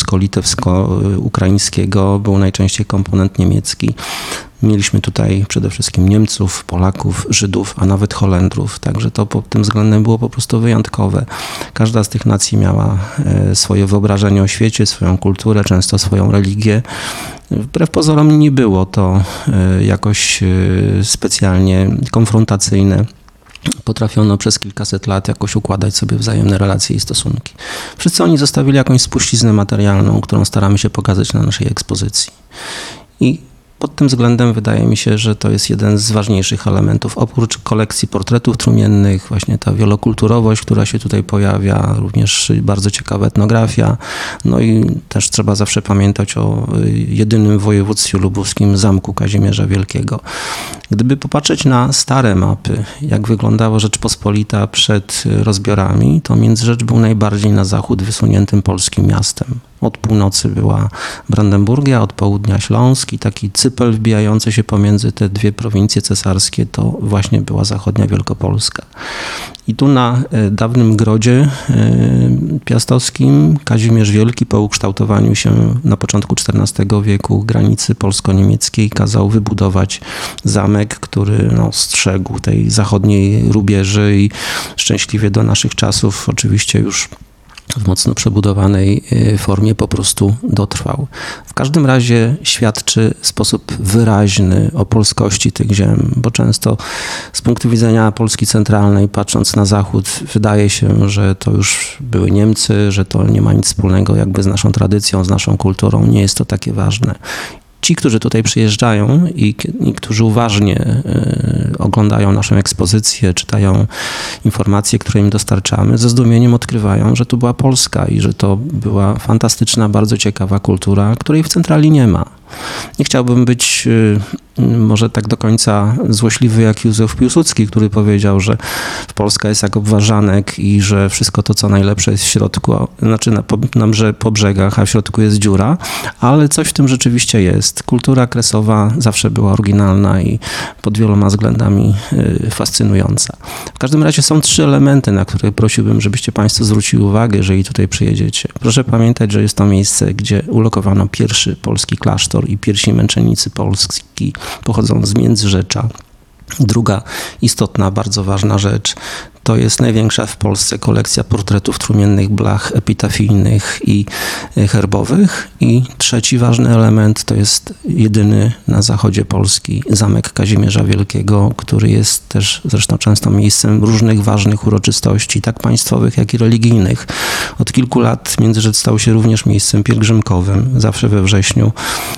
białorusko-litewsko-ukraińskiego był najczęściej komponent niemiecki. Mieliśmy tutaj przede wszystkim Niemców, Polaków, Żydów, a nawet Holendrów, także to pod tym względem było po prostu wyjątkowe. Każda z tych nacji miała swoje wyobrażenie o świecie, swoją kulturę, często swoją religię. Wbrew pozorom nie było to jakoś specjalnie konfrontacyjne. Potrafiono przez kilkaset lat jakoś układać sobie wzajemne relacje i stosunki. Wszyscy oni zostawili jakąś spuściznę materialną, którą staramy się pokazać na naszej ekspozycji. I pod tym względem wydaje mi się, że to jest jeden z ważniejszych elementów. Oprócz kolekcji portretów trumiennych, właśnie ta wielokulturowość, która się tutaj pojawia, również bardzo ciekawa etnografia. No i też trzeba zawsze pamiętać o jedynym w województwie lubuskim Zamku Kazimierza Wielkiego. Gdyby popatrzeć na stare mapy, jak wyglądała Rzeczpospolita przed rozbiorami, to Międzyrzecz był najbardziej na zachód wysuniętym polskim miastem. Od północy była Brandenburgia, od południa Śląsk i taki cypel wbijający się pomiędzy te dwie prowincje cesarskie to właśnie była zachodnia Wielkopolska. I tu na dawnym grodzie piastowskim Kazimierz Wielki po ukształtowaniu się na początku czternastego wieku granicy polsko-niemieckiej kazał wybudować zamek, który no, strzegł tej zachodniej rubieży i szczęśliwie do naszych czasów oczywiście już w mocno przebudowanej formie po prostu dotrwał. W każdym razie świadczy w sposób wyraźny o polskości tych ziem, bo często z punktu widzenia Polski centralnej, patrząc na zachód, wydaje się, że to już były Niemcy, że to nie ma nic wspólnego jakby z naszą tradycją, z naszą kulturą. Nie jest to takie ważne. Ci, którzy tutaj przyjeżdżają i, i którzy uważnie y, oglądają naszą ekspozycję, czytają informacje, które im dostarczamy, ze zdumieniem odkrywają, że tu była Polska i że to była fantastyczna, bardzo ciekawa kultura, której w centrali nie ma. Nie chciałbym być y, może tak do końca złośliwy jak Józef Piłsudski, który powiedział, że Polska jest jak obwarzanek i że wszystko to, co najlepsze jest w środku, znaczy na, na brze, po brzegach, a w środku jest dziura, ale coś w tym rzeczywiście jest. Kultura kresowa zawsze była oryginalna i pod wieloma względami y, fascynująca. W każdym razie są trzy elementy, na które prosiłbym, żebyście Państwo zwrócili uwagę, jeżeli tutaj przyjedziecie. Proszę pamiętać, że jest to miejsce, gdzie ulokowano pierwszy polski klasztor i pierwsi męczennicy polski pochodzą z Międzyrzecza. Druga istotna, bardzo ważna rzecz to jest największa w Polsce kolekcja portretów trumiennych, blach epitafijnych i herbowych. I trzeci ważny element to jest jedyny na zachodzie Polski Zamek Kazimierza Wielkiego, który jest też zresztą często miejscem różnych ważnych uroczystości, tak państwowych, jak i religijnych. Od kilku lat Międzyrzec stał się również miejscem pielgrzymkowym. Zawsze we wrześniu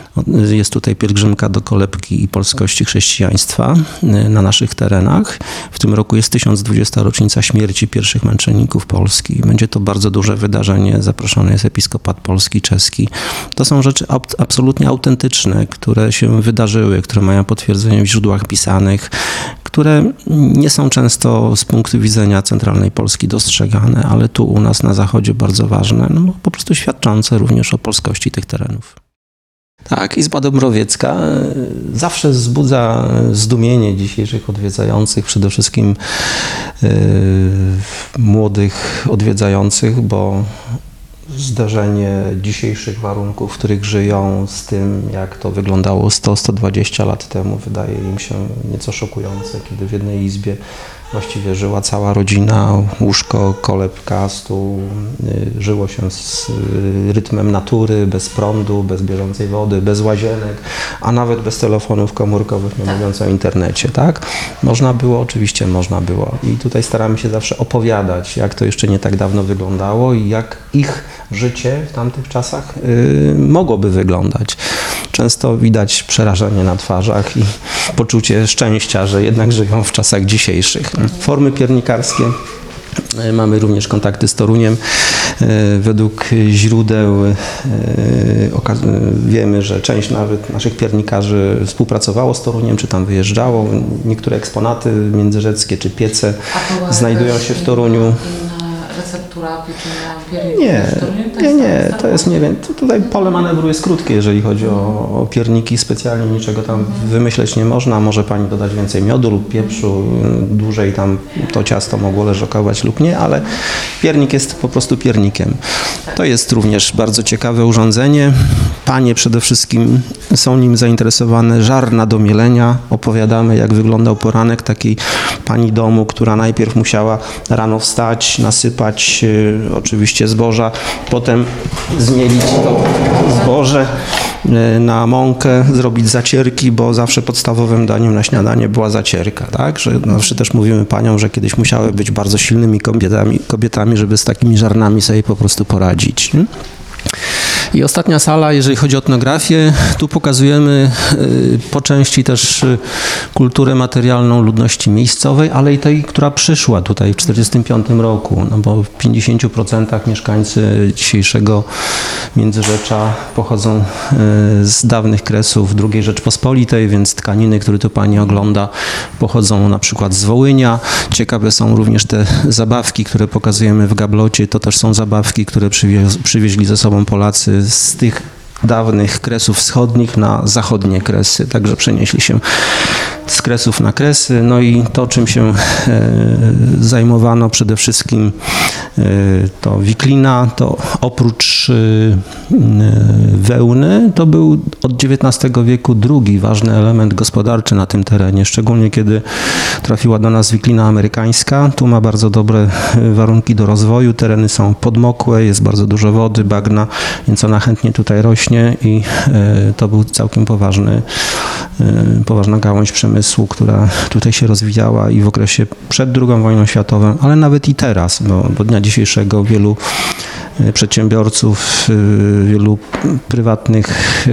jest tutaj pielgrzymka do kolebki i polskości chrześcijaństwa na naszych terenach. W tym roku jest tysiąc dwudziesta rocznica śmierci pierwszych męczenników Polski. Będzie to bardzo duże wydarzenie. Zaproszony jest episkopat polski, czeski. To są rzeczy ab- absolutnie autentyczne, które się wydarzyły, które mają potwierdzenie w źródłach pisanych, które nie są często z punktu widzenia centralnej Polski dostrzegane, ale tu u nas na zachodzie bardzo ważne, no po prostu świadczące również o polskości tych terenów. Tak, Izba Dąbrowiecka zawsze wzbudza zdumienie dzisiejszych odwiedzających, przede wszystkim yy, młodych odwiedzających, bo zdarzenie dzisiejszych warunków, w których żyją, z tym, jak to wyglądało sto sto dwadzieścia lat temu, wydaje im się nieco szokujące, kiedy w jednej izbie właściwie żyła cała rodzina, łóżko, kolebka, stół, żyło się z rytmem natury, bez prądu, bez bieżącej wody, bez łazienek, a nawet bez telefonów komórkowych, nie mówiąc o internecie, tak? Można było, oczywiście można było. I tutaj staramy się zawsze opowiadać, jak to jeszcze nie tak dawno wyglądało i jak ich życie w tamtych czasach yy, mogłoby wyglądać. Często widać przerażenie na twarzach i poczucie szczęścia, że jednak żyją w czasach dzisiejszych. Formy piernikarskie Mamy również kontakty z Toruniem. Według źródeł wiemy, że część nawet naszych piernikarzy współpracowało z Toruniem, czy tam wyjeżdżało. Niektóre eksponaty międzyrzeckie czy piece znajdują się w Toruniu. Receptura pieczenia pierników? Nie, nie, nie, to jest, nie wiem, tutaj pole manewru jest krótkie, jeżeli chodzi o, o pierniki, specjalnie niczego tam wymyśleć nie można, może pani dodać więcej miodu lub pieprzu, dłużej tam to ciasto mogło leżakować lub nie, ale piernik jest po prostu piernikiem. To jest również bardzo ciekawe urządzenie, panie przede wszystkim są nim zainteresowane, żarna do mielenia, opowiadamy jak wyglądał poranek takiej pani domu, która najpierw musiała rano wstać, nasypać oczywiście zboża, potem zmielić to zboże na mąkę, zrobić zacierki, bo zawsze podstawowym daniem na śniadanie była zacierka, tak? Że zawsze też mówimy paniom, że kiedyś musiały być bardzo silnymi kobietami, kobietami żeby z takimi żarnami sobie po prostu poradzić. Nie? I ostatnia sala, jeżeli chodzi o etnografię, tu pokazujemy po części też kulturę materialną ludności miejscowej, ale i tej, która przyszła tutaj w tysiąc dziewięćset czterdziestym piątym roku, no bo w pięćdziesięciu procentach mieszkańcy dzisiejszego Międzyrzecza pochodzą z dawnych kresów drugiej Rzeczpospolitej, więc tkaniny, które tu pani ogląda, pochodzą na przykład z Wołynia. Ciekawe są również te zabawki, które pokazujemy w gablocie, to też są zabawki, które przywieź, przywieźli ze sobą Polacy z tych dawnych Kresów Wschodnich na zachodnie Kresy, także przenieśli się z Kresów na Kresy. No i to, czym się e, zajmowano przede wszystkim e, to wiklina, to oprócz e, wełny, to był od dziewiętnastego wieku drugi ważny element gospodarczy na tym terenie, szczególnie kiedy trafiła do nas wiklina amerykańska. Tu ma bardzo dobre warunki do rozwoju, tereny są podmokłe, jest bardzo dużo wody, bagna, więc ona chętnie tutaj rośnie i e, to był całkiem poważny, e, poważna gałąź przemysłu, która tutaj się rozwijała i w okresie przed drugą wojną światową, ale nawet i teraz, bo do dnia dzisiejszego wielu przedsiębiorców, wielu prywatnych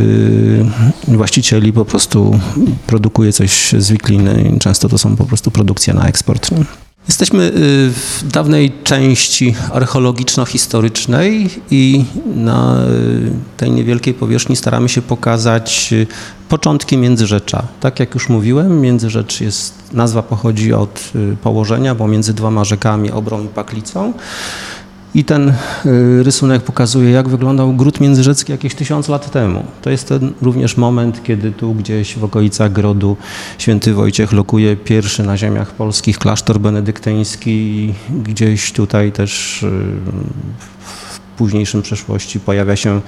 właścicieli po prostu produkuje coś z wikliny i często to są po prostu produkcje na eksport. Jesteśmy w dawnej części archeologiczno-historycznej i na tej niewielkiej powierzchni staramy się pokazać początki Międzyrzecza. Tak jak już mówiłem, Międzyrzecz jest, nazwa pochodzi od położenia, bo między dwoma rzekami, Obrą i Paklicą. I ten rysunek pokazuje, jak wyglądał Gród Międzyrzecki jakieś tysiąc lat temu. To jest ten również moment, kiedy tu gdzieś w okolicach Grodu święty Wojciech lokuje pierwszy na ziemiach polskich klasztor benedyktyński i gdzieś tutaj też w późniejszym przeszłości pojawia się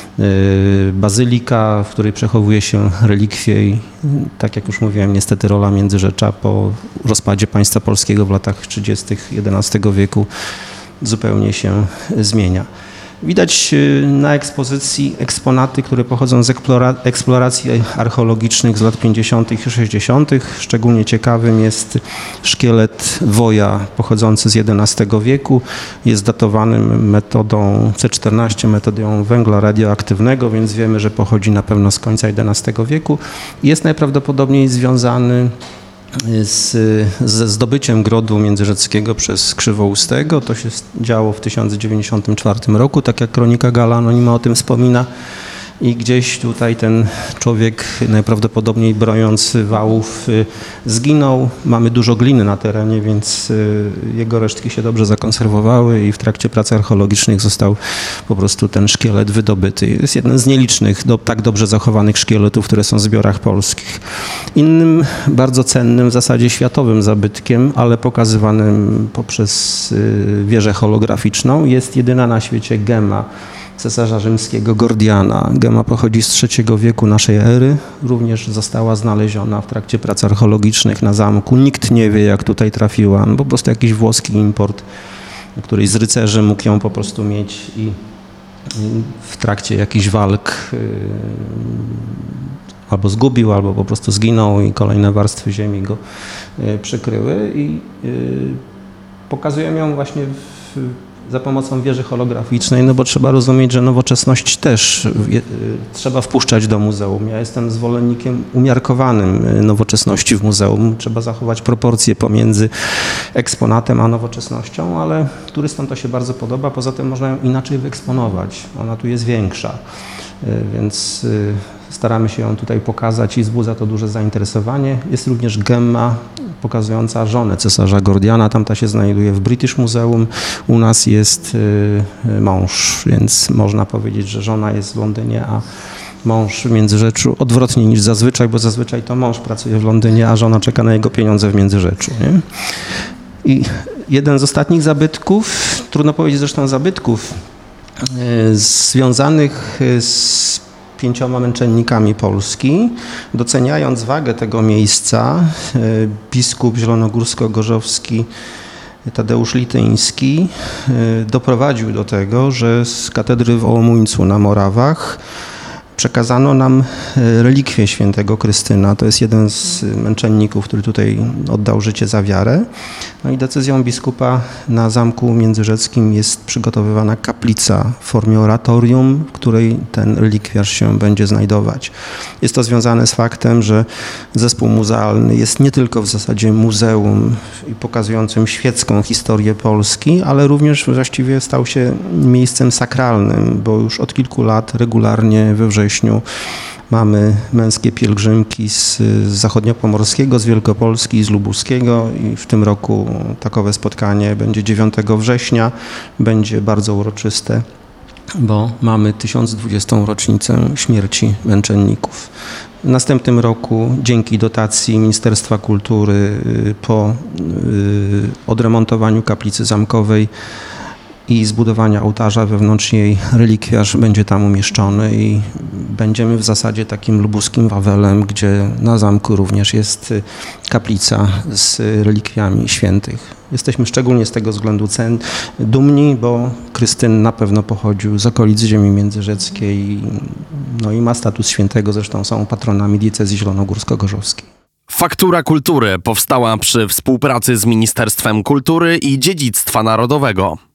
bazylika, w której przechowuje się relikwie i tak jak już mówiłem, niestety rola Międzyrzecza po rozpadzie państwa polskiego w latach trzydziestych jedenastego wieku zupełnie się zmienia. Widać na ekspozycji eksponaty, które pochodzą z eksploracji archeologicznych z lat pięćdziesiątych i sześćdziesiątych. Szczególnie ciekawym jest szkielet woja pochodzący z jedenastego wieku. Jest datowany metodą C czternaście, metodą węgla radioaktywnego, więc wiemy, że pochodzi na pewno z końca jedenastego wieku. Jest najprawdopodobniej związany Z, ze zdobyciem Grodu Międzyrzeckiego przez Krzywoustego. To się działo w tysiąc dziewięćdziesiątym czwartym roku, tak jak kronika Gala Anonima o tym wspomina. I gdzieś tutaj ten człowiek, najprawdopodobniej broniąc wałów, zginął. Mamy dużo gliny na terenie, więc jego resztki się dobrze zakonserwowały i w trakcie prac archeologicznych został po prostu ten szkielet wydobyty. Jest jeden z nielicznych, do, tak dobrze zachowanych szkieletów, które są w zbiorach polskich. Innym bardzo cennym, w zasadzie światowym zabytkiem, ale pokazywanym poprzez wieżę holograficzną, jest jedyna na świecie gema cesarza rzymskiego Gordiana. Gema pochodzi z trzeciego wieku naszej ery. Również została znaleziona w trakcie prac archeologicznych na zamku. Nikt nie wie, jak tutaj trafiła. No, po prostu jakiś włoski import, któryś z rycerzy mógł ją po prostu mieć i w trakcie jakichś walk yy, albo zgubił, albo po prostu zginął i kolejne warstwy ziemi go yy, przykryły. I yy, pokazujemy ją właśnie w za pomocą wieży holograficznej, no bo trzeba rozumieć, że nowoczesność też je, trzeba wpuszczać do muzeum. Ja jestem zwolennikiem umiarkowanym nowoczesności w muzeum. Trzeba zachować proporcje pomiędzy eksponatem a nowoczesnością, ale turystom to się bardzo podoba. Poza tym można ją inaczej wyeksponować. Ona tu jest większa, więc staramy się ją tutaj pokazać i wzbudza to duże zainteresowanie. Jest również gemma pokazująca żonę cesarza Gordiana. Tamta się znajduje w British Museum. U nas jest mąż, więc można powiedzieć, że żona jest w Londynie, a mąż w Międzyrzeczu. Odwrotnie niż zazwyczaj, bo zazwyczaj to mąż pracuje w Londynie, a żona czeka na jego pieniądze w Międzyrzeczu. Nie? I jeden z ostatnich zabytków, trudno powiedzieć zresztą zabytków, związanych z pięcioma męczennikami Polski. Doceniając wagę tego miejsca, biskup zielonogórsko-gorzowski Tadeusz Lityński doprowadził do tego, że z katedry w Ołomuńcu na Morawach przekazano nam relikwię świętego Krystyna. To jest jeden z męczenników, który tutaj oddał życie za wiarę. No i decyzją biskupa na Zamku Międzyrzeckim jest przygotowywana kaplica w formie oratorium, w której ten relikwiarz się będzie znajdować. Jest to związane z faktem, że zespół muzealny jest nie tylko w zasadzie muzeum i pokazującym świecką historię Polski, ale również właściwie stał się miejscem sakralnym, bo już od kilku lat regularnie we wrześniu mamy męskie pielgrzymki z zachodniopomorskiego, z Wielkopolski, z lubuskiego i w tym roku takowe spotkanie będzie dziewiątego września. Będzie bardzo uroczyste, bo mamy tysiąc dwudziestą rocznicę śmierci męczenników. W następnym roku dzięki dotacji Ministerstwa Kultury po odremontowaniu kaplicy zamkowej i zbudowania ołtarza wewnątrz jej relikwiarz będzie tam umieszczony i będziemy w zasadzie takim lubuskim Wawelem, gdzie na zamku również jest kaplica z relikwiami świętych. Jesteśmy szczególnie z tego względu cen, dumni, bo Krystyn na pewno pochodził z okolic ziemi międzyrzeckiej, no i ma status świętego, zresztą są patronami diecezji zielonogórsko-gorzowskiej. Faktura Kultury powstała przy współpracy z Ministerstwem Kultury i Dziedzictwa Narodowego.